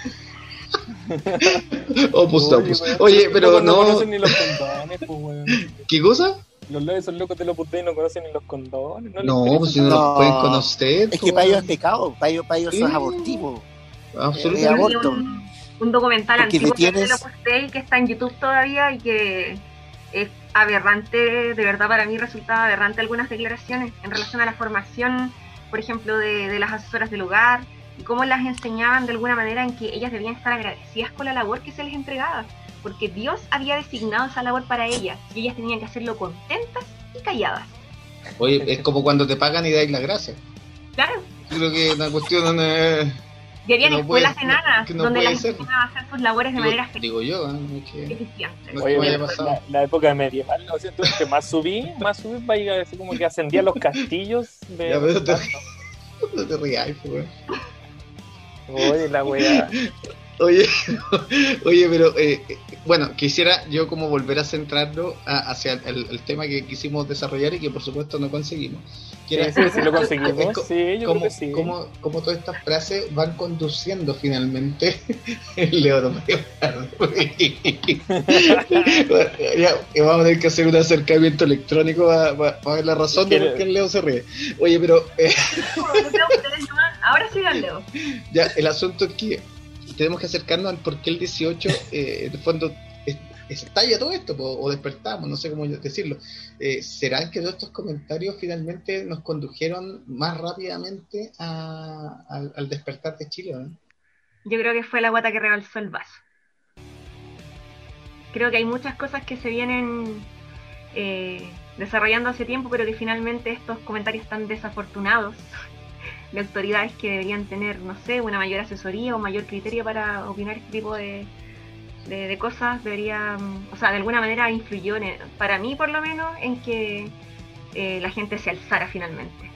Opus Oye, Opus. weón, Oye, los pero locos no no. conocen ni los condones, pues, weón. ¿Qué cosa? Los locos, esos locos del Opus Dei no conocen ni los condones. No, les No, interesa pues si no, nada. lo No. pueden conocer. Es po, que para ellos es weón. pecado, para ellos, para ellos eso es Sí. abortivo. Absolutamente. Eh, Hay aborto. un, un documental Porque antiguo le tienes- que es de Opus Dei, que está en YouTube todavía y que es aberrante, de verdad para mí resulta aberrante algunas declaraciones en relación a la formación, por ejemplo, de, de las asesoras del hogar y cómo las enseñaban de alguna manera en que ellas debían estar agradecidas con la labor que se les entregaba, porque Dios había designado esa labor para ellas y ellas tenían que hacerlo contentas y calladas. Oye, es como cuando te pagan y dais las gracias. Claro. Yo creo que una cuestión donde. Y habían Que no escuelas puede- enanas que no donde puede las ser. enseñaban a hacer sus labores de Digo, manera feliz digo yo, ¿eh? No es que- eficiente. no es Oye, que me haya pero pasado. la, la época medieval, ¿no? Siento que más subí, más subí, vaya así como que ascendía los castillos de. Ya, pero te- No te rías, pues, weón. Oye, la weá. Oye, oye, pero eh, eh, bueno, quisiera yo como volver a centrarlo a- hacia el, el tema que quisimos desarrollar y que por supuesto no conseguimlos. Sí, Que era- sí, sí lo conseguimos. es co- Sí, yo cómo, creo que sí. cómo- cómo todas estas frases van conduciendo finalmente el Leo no puede hablar. Bueno, ya, ya vamos a tener que hacer un acercamiento electrónico para ver la razón de por qué el Leo se ríe. Oye, pero eh, Ahora sí, Leo. ya el asunto es que tenemos que acercarnos al por qué el dieciocho, eh, en el fondo, es- estalla todo esto, po, o despertamos, no sé cómo decirlo. Eh, ¿Será que todos estos comentarios finalmente nos condujeron más rápidamente a- al, al despertar de Chile? ¿No? Yo creo que fue la guata que rebalsó el vaso. Creo que hay muchas cosas que se vienen eh, desarrollando hace tiempo, pero que finalmente estos comentarios tan desafortunados de autoridades que deberían tener, no sé, una mayor asesoría o mayor criterio para opinar este tipo de, de, de cosas, deberían, o sea, de alguna manera influyó, en, para mí por lo menos, en que eh, la gente se alzara finalmente.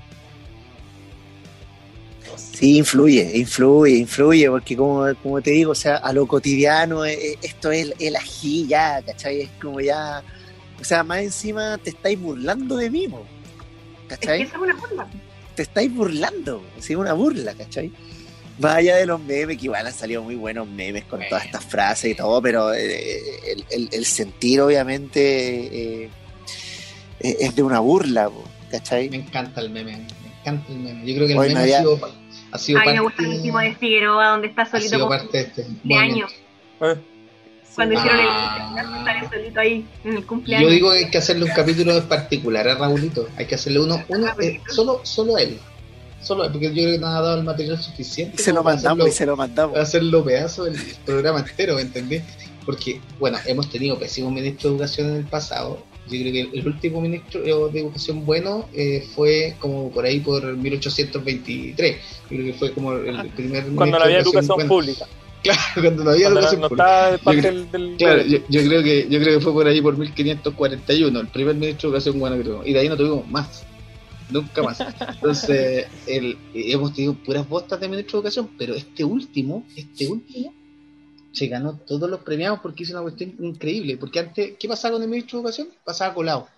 Sí, influye, influye, influye, porque como, como te digo, o sea, a lo cotidiano, eh, esto es el, el ají ya, ¿cachai? Es como ya, o sea, más encima te estáis burlando de mí, po, Es que ¿cachai? esa es una forma. Te estáis burlando, es una burla, ¿cachai? Más allá de los memes, que igual han salido muy buenos memes con todas estas frases y todo, pero eh, el, el, el sentir obviamente eh, eh, es de una burla, po, ¿cachai? Me encanta el meme, me encanta el meme. Yo creo que el Bueno, meme ya- ha sido, ha sido A mí me parte, gusta el último de Figueroa, donde está ha solito sido con- parte de este de movimiento. años. Eh, Cuando Ah. hicieron el sale solito ahí en el cumpleaños. Yo digo que hay que hacerle un capítulo en particular a Raulito. Hay que hacerle uno, uno eh, solo, solo a él. Solo a él, porque yo creo que no ha dado el material suficiente. Y se lo como para mandamos hacerlo- y se lo mandamos. hacerlo pedazo del programa entero, ¿me entendés? Porque, bueno, hemos tenido pésimos ministros de educación en el pasado. Yo creo que el, el último ministro de educación bueno eh, fue como por ahí por mil ochocientos veintitrés. Yo creo que fue como el primer ministro Cuando no había de educación bueno. pública. Claro, cuando no había Cuando no, educación no pública. estaba parte creo- del. del- Claro, yo, yo creo que yo creo que fue por ahí por mil quinientos cuarenta y uno, el primer ministro de educación bueno que tuvimos. Y de ahí no tuvimos más. Nunca más. Entonces, el, hemos tenido puras bostas de ministro de educación, pero este último, este último, se ganó todos los premiados porque hizo una cuestión increíble. Porque antes, ¿qué pasaba con el ministro de educación? Pasaba colado.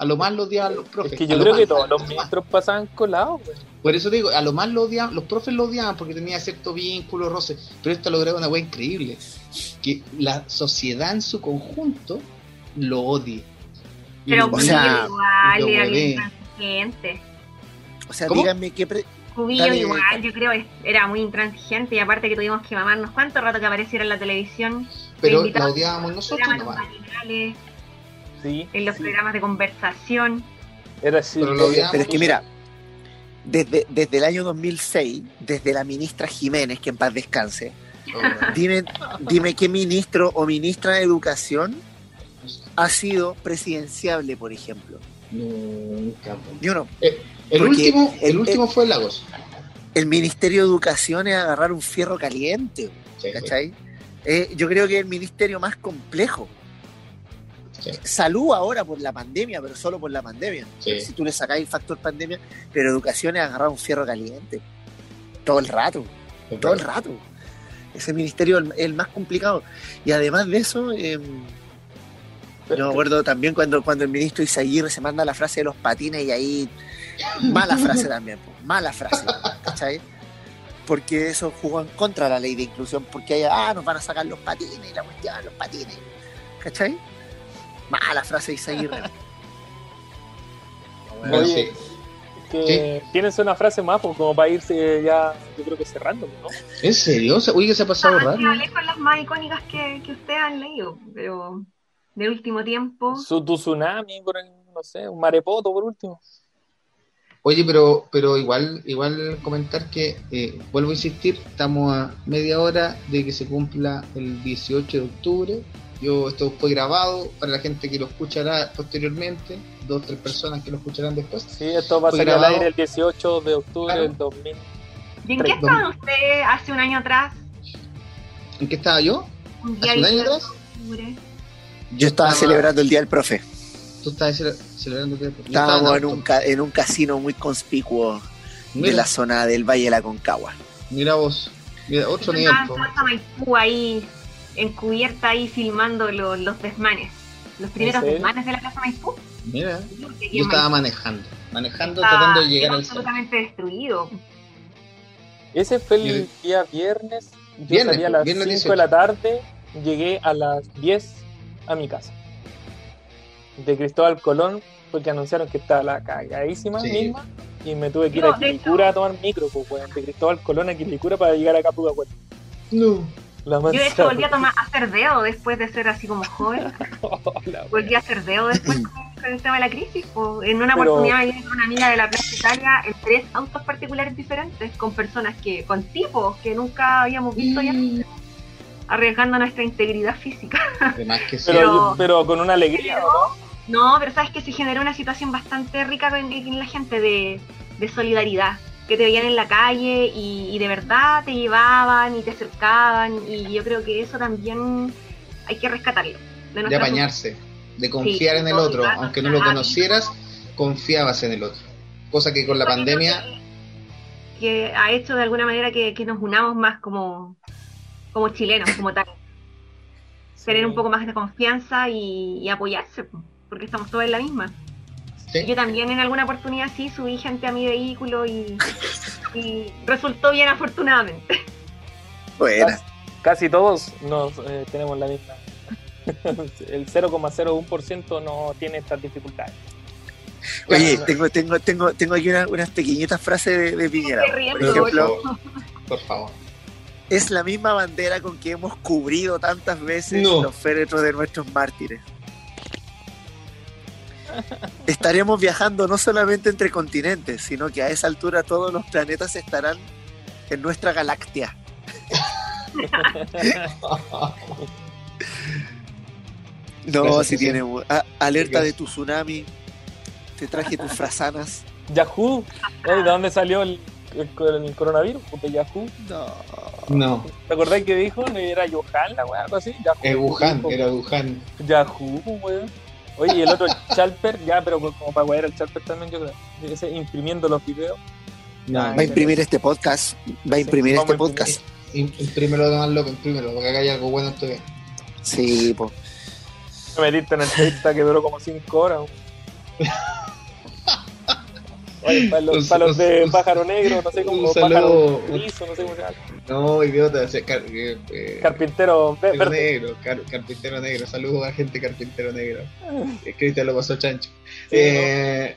A lo más lo odiaban los profes. Es que yo A lo creo más, que todos a lo los más. ministros pasaban colados, güey. Por eso digo, a lo más lo odiaban, los profes lo odiaban porque tenía cierto vínculo, roce, pero esto ha logrado una weá increíble, que la sociedad en su conjunto lo odie. Y Pero lo o Cubillo sea, igual lo era hueve. bien intransigente. O sea, ¿Cómo? díganme qué... Pre- Cubillo Dale, igual, dale. yo creo que era muy intransigente y aparte que tuvimos que mamarnos cuánto rato que apareciera en la televisión. pero Lo la invitaban odiábamos en los nosotros programas nomás. matinales, Sí, en los sí. programas de conversación. Era así. Pero lo odiamos. Pero es que mira, desde, desde el año dos mil seis, desde la ministra Jiménez, que en paz descanse, dime, dime qué ministro o ministra de educación ha sido presidenciable, por ejemplo. Nunca. Ni uno. El Porque último, el, el- último fue Lagos. El Ministerio de Educación es agarrar un fierro caliente, Sí, sí. ¿cachai? Eh, yo creo que es el ministerio más complejo. Sí. Salud ahora por la pandemia, pero solo por la pandemia. Sí. Si tú le sacáis el factor pandemia, pero educación es agarrar un fierro caliente. Todo el rato, todo el rato. Ese ministerio es el, el más complicado. Y además de eso, eh, yo me acuerdo también cuando, cuando el ministro Izaguirre se manda la frase de los patines y ahí, mala frase también, po, mala frase, ¿cachai? Porque eso jugó en contra de la ley de inclusión, porque ahí, ah, nos van a sacar los patines, y la cuestión, los patines, ¿cachai? Mala frase de Izaguirre. Bueno, Oye, sí. que tienes una frase más pues, como para irse ya, yo creo que cerrando, ¿no? ¿En serio? Oye, que se ha pasado Ah, sí, raro. hablé con las más icónicas que, que ustedes han leído, pero del último tiempo. Su tu tsunami, por el, no sé, un marepoto por último. Oye, pero pero igual igual comentar que, eh, vuelvo a insistir, estamos a media hora de que se cumpla el dieciocho de octubre. Yo Esto fue grabado para la gente que lo escuchará posteriormente, dos o tres personas que lo escucharán después. Sí, esto va a Fue salir al grabado. aire el dieciocho de octubre Claro. del dos mil. ¿Y en qué Tre- estaban ustedes hace un año atrás? ¿En qué estaba yo? Un día ¿Hace un año dieciocho atrás? de octubre. Yo estaba Estaba- celebrando el Día del Profe. Tú estabas cele- celebrando que yo estaba Estábamos en auto. un, ca- en un casino muy conspicuo de Mira, la zona del Valle de la Concagua. mira vos, mira, otro Yo nivel. estaba en po. Plaza Maipú ahí, encubierta ahí filmando lo- los desmanes. Los primeros serio? desmanes de la Plaza Maipú. Mira, Porque aquí yo en estaba Maipú manejando, manejando, estaba- tratando de llegar quedó al centro. absolutamente destruido. Ese fue el Yo- día viernes. Yo Viernes, salí a las viernes cinco de la tarde, llegué a las diez a mi casa. De Cristóbal Colón, porque anunciaron que estaba la cagadísima Sí. misma, y me tuve que ir No, a de Quilicura a tomar micro, pues, weón, de Cristóbal Colón a Quilicura para llegar acá a Pudahuel. No. La Yo de hecho manzana. volví a tomar a hacer dedo después de ser así como joven. La Volví a hacer dedo después con, con el tema de la crisis. po. En una Pero- oportunidad me vine con una amiga de la Plaza Italia en tres autos particulares diferentes, con personas que, con tipos que nunca habíamos visto ya, arriesgando nuestra integridad física. Además que sí. Pero, Pero- pero con una alegría, ¿no? No, pero sabes que se generó una situación bastante rica en, en la gente de, de solidaridad, que te veían en la calle y, y de verdad te llevaban y te acercaban, y yo creo que eso también hay que rescatarlo. De de nuestra apañarse, de confiar Sí, en el todo, otro, claro, aunque no lo claro. conocieras, confiabas en el otro. Cosa que con la Yo creo pandemia, que, que ha hecho de alguna manera que, que nos unamos más como, como chilenos, como tal. Tener un poco más de confianza y, y apoyarse, po, porque estamos todos en la misma. ¿sí? Yo también en alguna oportunidad sí subí gente a mi vehículo y, y resultó bien afortunadamente. Buena. Casi todos nos eh, tenemos la misma. El cero coma cero uno por ciento no tiene estas dificultades. Oye, Claro. tengo, tengo, tengo, tengo aquí una- unas pequeñitas frases de, de Piñera. Estoy riendo, Por ejemplo, por favor, por favor. es la misma bandera con que hemos cubrido tantas veces No. los féretros de nuestros mártires. Estaremos viajando no solamente entre continentes, sino que a esa altura todos los planetas estarán en nuestra galaxia. No, Gracias, si sí, tiene a- alerta Gracias. de tu tsunami. Te traje tus frazanas. Yahoo, ¿eh? ¿De dónde salió el, el, el coronavirus? De Yahoo. No. No, ¿Te acordás que dijo? ¿Era Johan la weá? Algo así. Yahoo. es Wuhan, Dijo, era Wuhan. Yahoo, weón. Oye, y el otro Chalper, ya, pero como para wear el Chalper también, yo creo. Ese imprimiendo los videos. No, Va a imprimir este podcast. Va a imprimir Sí, este vamos a podcast. im- imprímelo de más loco, imprímelo, porque acá hay algo bueno todavía. Sí, pues. Me metiste en el texto que duró como cinco horas. weón. Oye, para los, Un- para los de un- pájaro negro, no sé cómo, un pájaro saludo. liso, no sé cómo se llama. No, idiota, o sea, car- eh, eh, Carpintero ve- carpintero verde. negro, car- carpintero negro. Saludos a gente carpintero negro. Eh, Cristian lo pasó chancho. Sí, Eh,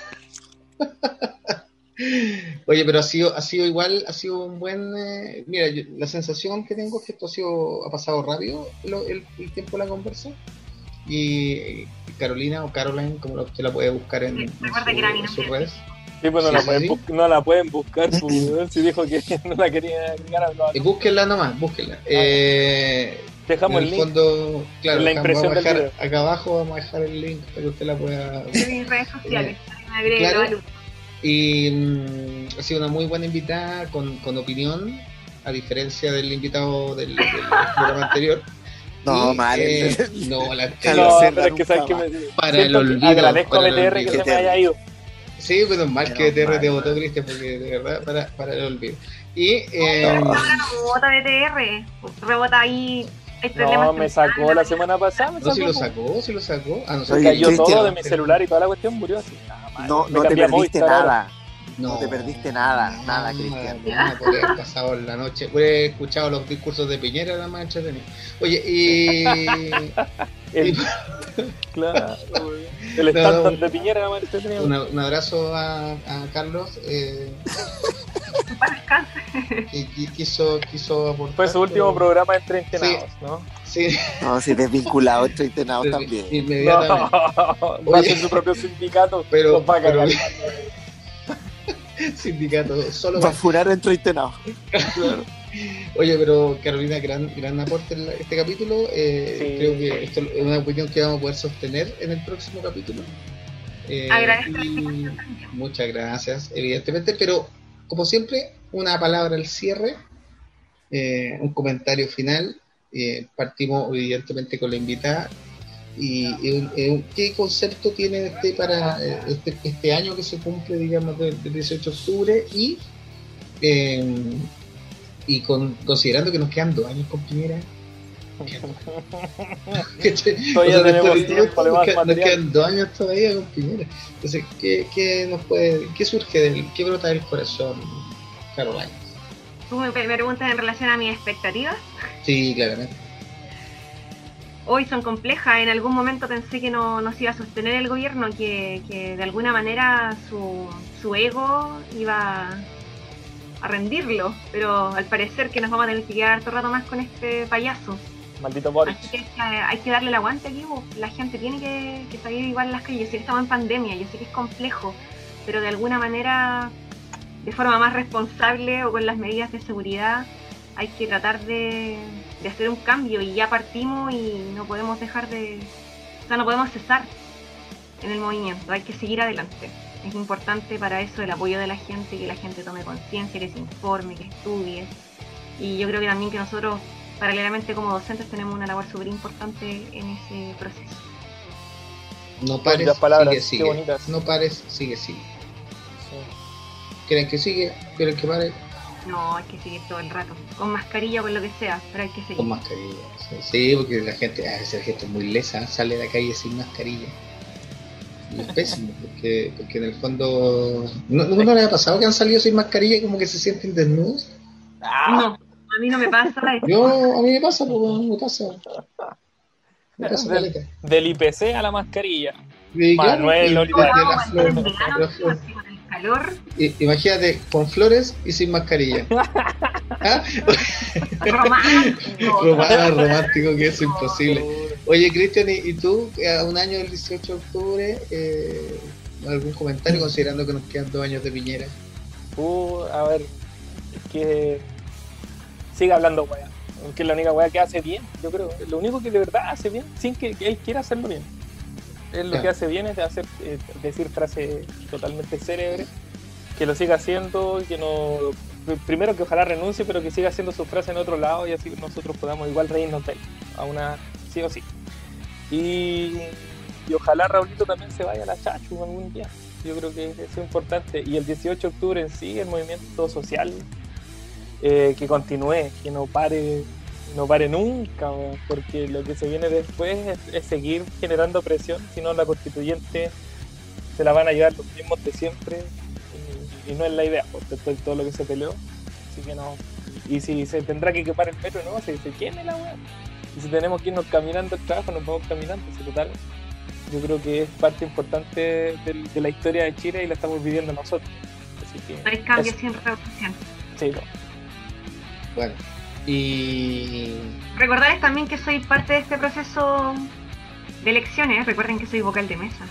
Oye, pero ha sido, ha sido igual, ha sido un buen. eh, Mira, yo- la sensación que tengo es que esto ha sido, ha pasado rápido lo- el, el tiempo de la conversa. Y, y Carolina o Caroline, como la- usted la puede buscar en, en Recuerda su- que era mi en sus nombre. redes. Sí, pues no, Sí, la sí, pueden sí. bu- no la pueden buscar, pues, weón, si dijo que no la quería agregar a los- Eh, búsquenla nomás, búsquenla. Eh, Dejamos en el el link. fondo, claro, en la acá impresión vamos a del dejar, video. acá abajo vamos a dejar el link para que usted la pueda. De mis redes sociales. Me agregué Claro. la luz. Y mm, ha sido una muy buena invitada con, con opinión, a diferencia del invitado del, del programa anterior. No, Y, mal. eh, no, la Carlos No, Cerda pero es que nunca sabes que más. me Para siento el que olvido, agradezco para a el B T R que olvido. se me haya ido. Sí, menos mal que Menos B T R mal. te votó, Cristian, porque de verdad, para, para el olvido. Y eh, No, no rebota B T R. Rebota ahí. Hay problemas No, me sacó tempranos. la semana pasada, me no, si sacó, lo po. sacó, si lo sacó. Ah, no, Oye, Cayó Cristian. todo de mi celular y toda la cuestión murió así. Nada más. No, Me no te cambié a perdiste Movistar ahora. nada. No te perdiste nada, nada, Cristian. Nada, podría haber pasado en la noche. Podría haber escuchado los discursos de Piñera, era más entretenido. Oye, y. El, y claro, el No, estándar no. de Piñera era más entretenido. una- un abrazo a, a Carlos, eh, Para descanse. que, que quiso, quiso aportar. Fue su último pero- programa entre entrenados, ¿no? Sí, No, si desvinculado, entrenados también. inmediatamente. No, va a ser su propio sindicato. Pero- Nos va a cagar. pero- Sindicato, solo Va a furar entre entrenados. Oye, pero Carolina, gran, gran aporte en la- este capítulo. Eh, Sí. Creo que esto es una opinión que vamos a poder sostener en el próximo capítulo. Eh, Agradezco la y invitación también. muchas gracias, evidentemente, pero como siempre, una palabra al cierre, eh, un comentario final. Eh, partimos evidentemente con la invitada. Y, y, eh, ¿qué concepto tiene este para eh, este, este año que se cumple, digamos, del, del dieciocho de octubre? Y eh, y con, considerando que nos quedan dos años con Piñera. ¿Cachai? Todavía O sea, tenemos después de todo tiempo esto, de nos, más quedan, nos material. quedan dos años todavía con Piñera. Entonces, ¿qué, qué nos puede, qué surge del, qué brota del corazón, Caroline? Tú me, me preguntas en relación a mis expectativas. Sí, claramente. Hoy son complejas. En algún momento pensé que no, no se iba a sostener el gobierno, que, que de alguna manera su, su ego iba a rendirlo, pero al parecer que nos vamos a tener que quedar harto rato más con este payaso. Maldito Boris. Así que eh, hay que darle el aguante aquí, vos. La gente tiene que, que salir igual en las calles. Yo sé que estamos en pandemia, yo sé que es complejo, pero de alguna manera, de forma más responsable o con las medidas de seguridad, hay que tratar de, de hacer un cambio, y ya partimos y no podemos dejar de, o sea, no podemos cesar en el movimiento, hay que seguir adelante. Es importante para eso el apoyo de la gente, que la gente tome conciencia, que se informe, que estudie, y yo creo que también que nosotros, paralelamente como docentes, tenemos una labor súper importante en ese proceso. No pares, Las palabras, sigue, qué sigue. bonitas. No pares, sigue, sigue. Sí. ¿Quieren que sigue? ¿Quieren que pare? No, hay que seguir todo el rato, con mascarilla o con lo que sea, pero hay que seguir. Con mascarilla. Sí, sí, porque la gente, a veces la gente es muy lesa, sale de la calle sin mascarilla. Y es pésimo, porque, porque en el fondo. ¿No, ¿No no les ha pasado que han salido sin mascarilla y como que se sienten desnudos? No, a mí no me pasa eso. Yo, a mí me pasa, pues, me pasa. Me pasa, Del, caleta. del I P C a la mascarilla. Y claro, Manuel y- y Olivares. de No, las bueno, en flores, verano, de las flores. porque con el calor, I- Imagínate, con flores y sin mascarilla. ¿Ah? romántico. Romano, romántico, que es imposible. Oye, Cristian, ¿y, y tú, a un año del dieciocho de octubre, eh, algún comentario considerando que nos quedan dos años de Piñera? Uh, a ver, es que sigue hablando weá, que es la única weá que hace bien, yo creo. Lo único que de verdad hace bien, sin que, que él quiera hacerlo bien. Él lo Claro. que hace bien es de hacer, eh, decir frases totalmente célebres, que lo siga haciendo, que no. Primero que ojalá renuncie, pero que siga haciendo sus frases en otro lado y así nosotros podamos igual reírnos de él, a una sí o sí. Y, y ojalá Raulito también se vaya a la Chachu algún día. Yo creo que eso es importante. Y el dieciocho de octubre en sí, el movimiento social, eh, que continúe, que no pare, no pare nunca, weón, porque lo que se viene después es, es seguir generando presión, si no la constituyente se la van a llevar los mismos de siempre y, y no es la idea, pues, después de todo lo que se peleó. Así que no. Y si se tendrá que quemar el metro, no, se, se queme la weá. Y si tenemos que irnos caminando al trabajo, nos vamos caminando, así total. Yo creo que es parte importante de, de la historia de Chile y la estamos viviendo nosotros. Así que No hay cambio eso. sin revolución. Sí, no. Bueno, y Recordarles también que soy parte de este proceso de elecciones. Recuerden que soy vocal de mesa.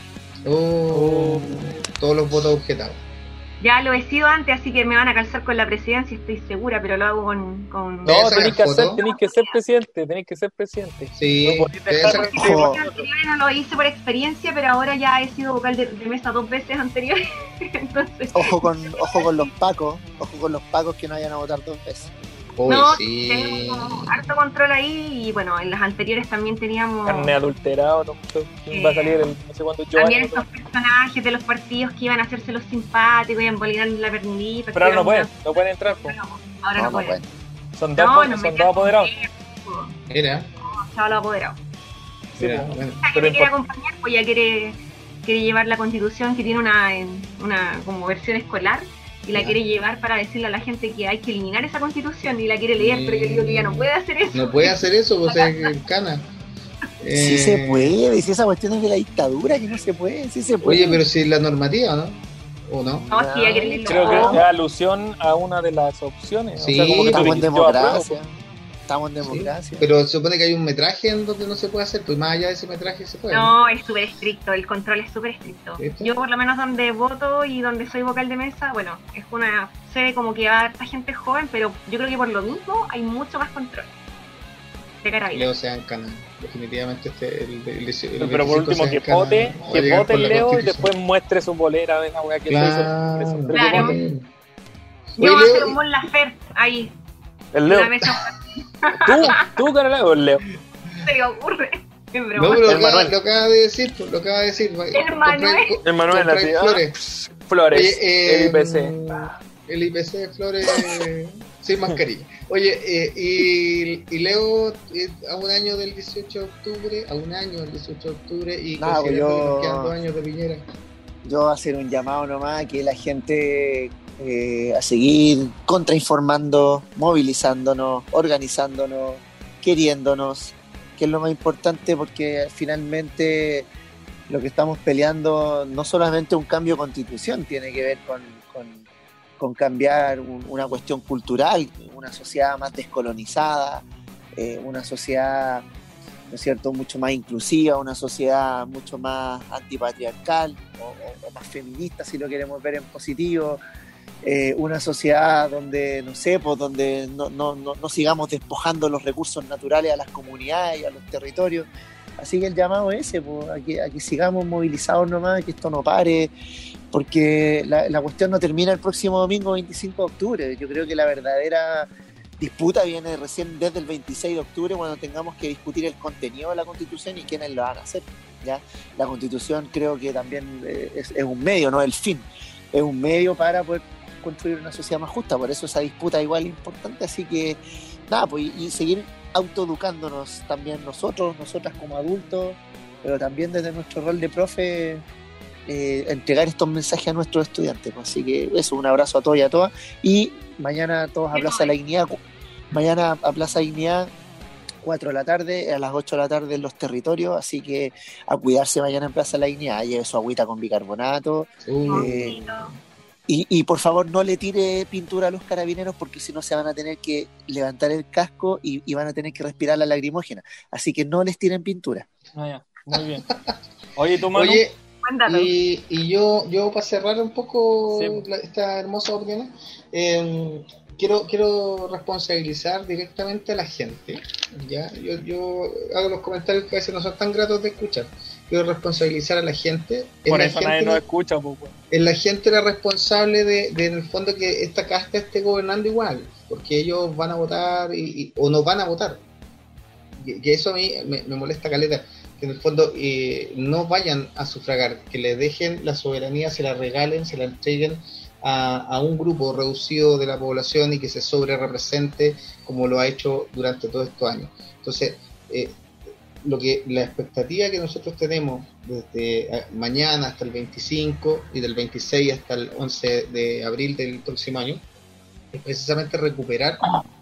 oh, todos los votos objetados. Ya lo he sido antes, así que me van a calzar con la presidencia, estoy segura, pero lo hago con... con... ¿Te vas a No, sacar tenéis que, hacer, foto? tenéis que ser presidente, tenéis que ser presidente. Sí, No podéis te dejar vas a- que- Ojo. Los anteriores no lo hice por experiencia, pero ahora ya he sido vocal de, de mesa dos veces anteriores. Entonces, Ojo con, ojo con los pacos, ojo con los pacos que no vayan a votar dos veces. Uy, no, sí. tengo harto control ahí y bueno, en las anteriores también teníamos Carne adulterado, no sé quién va a salir el no sé cuánto yo también estos personajes de los partidos que iban a hacerse los simpáticos y a embolir la pernil. Pero ahora no pueden, no pueden entrar, pues. Ahora no, No, no pueden. pueden. Son dos, No, son nos dos metían apoderados. con Mira, Chao los apoderados. Sí, mira, pues. bueno. O sea, que Pero me quiere import- acompañar, pues ya quiere, quiere llevar la constitución que tiene una, en- una como versión escolar y la Ya. quiere llevar para decirle a la gente que hay que eliminar esa constitución y la quiere leer, pero yo digo que ya no puede hacer eso. No puede hacer eso, pues es cana. Sí Eh, se puede, si esa cuestión es de la dictadura, que no se puede, sí se puede. Oye, pero si la normativa, ¿no? ¿O no? No, si ya quiere leerlo. Creo que todo. es alusión a una de las opciones. Sí, o sea, como que tú Estamos en dices, yo apruebo, democracia. Estamos en Sí, democracia. pero se supone que hay un metraje en donde no se puede hacer, pues más allá de ese metraje se puede. No, es súper estricto, el control es súper estricto. ¿Viste? Yo por lo menos donde voto y donde soy vocal de mesa, bueno, es una sede como que va a harta gente joven, pero yo creo que por lo mismo hay mucho más control. De cara a Leo sea en cana. Definitivamente este el, el, el, el Pero por veinticinco último sea que en cana, vote, va a que llegar vote por el la Leo y Constitución. después muestre su bolera de la weá que Claro. se hizo. Pero Claro. que vote. Oye, Yo voy a hacer Leo, un Mon Laferte ahí, El en Leo. la mesa, ¿Tú? ¿Tú, Carolina, o el Leo? se le ocurre. Es no, broma. pero El lo acaba, Manuel. lo acaba de decir, pues, lo acaba de decir. El Manuel. El Manuel, compráis así, ah, flores. Flores, Oye, eh, el I P C. El I P C, flores sin mascarilla. Oye, eh, y, y Leo eh, a un año del dieciocho de octubre, a un año del dieciocho de octubre, y No, considerando yo- que nos quedan dos años de Piñera. Yo hacer un llamado nomás a que la gente eh, a seguir contrainformando, movilizándonos, organizándonos, queriéndonos, que es lo más importante porque finalmente lo que estamos peleando no solamente un cambio de constitución, tiene que ver con, con, con cambiar un- una cuestión cultural, una sociedad más descolonizada, eh, una sociedad, ¿no es cierto?, mucho más inclusiva, una sociedad mucho más antipatriarcal o, o- o más feminista, si lo queremos ver en positivo, eh, una sociedad donde, no sé, pues donde no, no, no, no sigamos despojando los recursos naturales a las comunidades y a los territorios. Así que el llamado es ese, pues, a, que, a que sigamos movilizados nomás, que esto no pare, porque la, la cuestión no termina el próximo domingo veinticinco de octubre. Yo creo que la verdadera disputa viene recién desde el veintiséis de octubre, cuando tengamos que discutir el contenido de la Constitución y quiénes lo van a hacer. ¿Ya? La Constitución creo que también eh, es, es un medio, no el fin. Es un medio para poder construir una sociedad más justa, por eso esa disputa igual es importante, así que nada, pues y, y seguir autoeducándonos también nosotros, nosotras como adultos, pero también desde nuestro rol de profe, eh, entregar estos mensajes a nuestros estudiantes, pues. Así que eso, un abrazo a todos y a todas, y mañana todos a Plaza La Dignidad, mañana a Plaza Dignidad, cuatro de la tarde, a las ocho de la tarde en los territorios, así que a cuidarse mañana en Plaza La Dignidad, lleve su agüita con bicarbonato, Uh, eh, y, y por favor no le tire pintura a los carabineros porque si no se van a tener que levantar el casco y, y van a tener que respirar la lagrimógena, así que no les tiren pintura. Ah, ya. Muy bien. Oye, tú, Manu. Oye, Buen dato. y, y yo, yo para cerrar un poco Sí. la- esta hermosa opinión, eh, quiero, quiero responsabilizar directamente a la gente. ¿Ya? Yo, yo hago los comentarios que a veces no son tan gratos de escuchar. Quiero responsabilizar a la gente. Es Por la eso gente nadie la- nos escucha, pues, weón. es la gente la responsable de, de, en el fondo, que esta casta esté gobernando igual, porque ellos van a votar y, y- o no van a votar. Que, que eso a mí me, me molesta caleta, que en el fondo eh, no vayan a sufragar, que le dejen la soberanía, se la regalen, se la entreguen a, a un grupo reducido de la población y que se sobre represente como lo ha hecho durante todos estos años. Entonces, eh, lo que la expectativa que nosotros tenemos desde mañana hasta el veinticinco y del veintiséis hasta el once de abril del próximo año es precisamente recuperar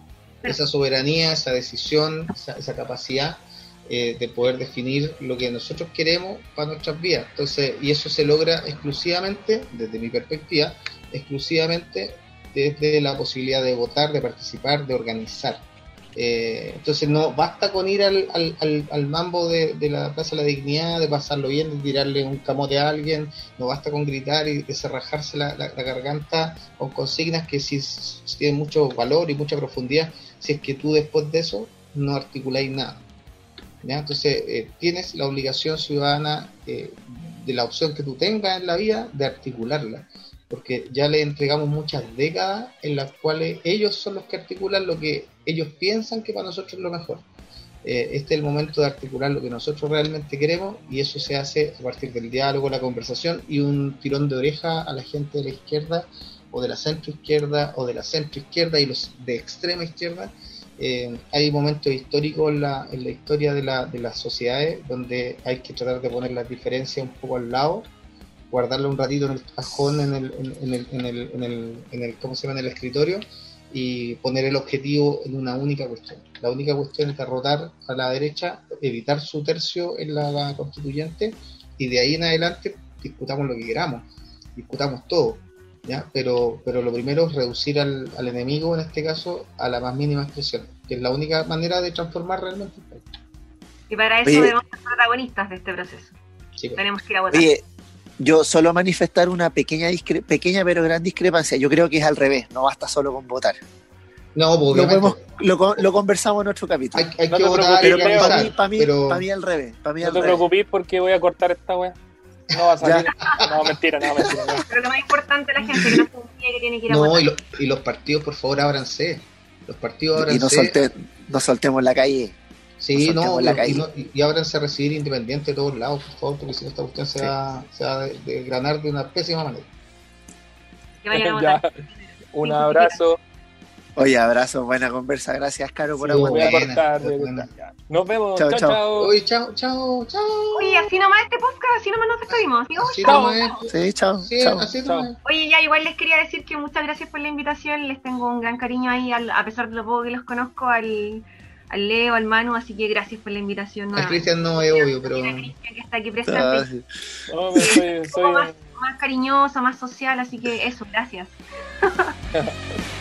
esa soberanía, esa decisión, esa, esa capacidad eh, de poder definir lo que nosotros queremos para nuestras vidas. Entonces, y eso se logra exclusivamente, desde mi perspectiva, exclusivamente desde la posibilidad de votar, de participar, de organizar. Eh, entonces no basta con ir al, al, al, al mambo de, de la Plaza de la Dignidad, de pasarlo bien, de tirarle un camote a alguien, no basta con gritar y deserrajarse la, la, la garganta con consignas que sí, sí tienen mucho valor y mucha profundidad, si es que tú después de eso no articuláis nada, ¿ya? Entonces eh, tienes la obligación ciudadana eh, de la opción que tú tengas en la vida de articularla, porque ya le entregamos muchas décadas en las cuales ellos son los que articulan lo que ellos piensan que para nosotros es lo mejor. Eh, este es el momento de articular lo que nosotros realmente queremos, y eso se hace a partir del diálogo, la conversación y un tirón de oreja a la gente de la izquierda o de la centroizquierda o de la centroizquierda y los de extrema izquierda. Eh, hay momentos históricos en la, en la historia de, la, de las sociedades donde hay que tratar de poner las diferencias un poco al lado, guardarlo un ratito en el cajón, en el, en el, en el, en el, en el, ¿cómo se llama?, en el escritorio, y poner el objetivo en una única cuestión. La única cuestión es derrotar a la derecha, evitar su tercio en la, la constituyente, y de ahí en adelante discutamos lo que queramos, discutamos todo, ¿ya? Pero, pero lo primero es reducir al, al enemigo, en este caso, a la más mínima expresión, que es la única manera de transformar realmente el país. Y para eso Oye, debemos ser protagonistas de este proceso. Sí, pues. Tenemos que ir a votar. Oye, yo solo manifestar una pequeña discre- pequeña pero gran discrepancia. Yo creo que es al revés, no basta solo con votar. No, pues, Lo, obviamente. podemos, lo, con- lo conversamos en otro capítulo. Hay, hay No que te votar y pero preocupes, para organizar, mí, para mí, pero... para mí al revés. Para mí No al te revés. preocupes porque voy a cortar esta wea. No va a salir. No, mentira, no, mentira. No. Pero lo más importante es la gente que no se olvide que tiene que ir a No, votar. y, lo- y los partidos, por favor, ábranse. Los partidos Y no, ábranse. solte, no soltemos la calle. Sí, nos no, soltemos la y, calle. no, y, y ábranse a recibir independiente de todos lados, por favor, porque si no esta cuestión se Sí. va, se va a desgranar de una pésima manera. Que vayan a Ya. votar. Un abrazo. Oye, abrazo, buena conversa. Gracias, Caro, por Sí, Voy a aguantar. buena, cortar. voy a buena. cortar, ya. Nos vemos. Chao, Chao, chao. chao. Oye, chao, chao, chao. Oye, así nomás este podcast, así nomás nos despedimos. Digo, Así chao. nomás es. Sí, chao. Sí, chao. así Chao. nomás es. Oye, ya igual les quería decir que muchas gracias por la invitación. Les tengo un gran cariño ahí, al- a pesar de lo poco que los conozco, al, al Leo, al Manu, así que gracias por la invitación. Al nuevamente. Cristian no es obvio, pero... También a Cristian, que está aquí Ah, presente. sí. No, me soy, Un soy poco un- más, más cariñosa, más social, así que eso, gracias.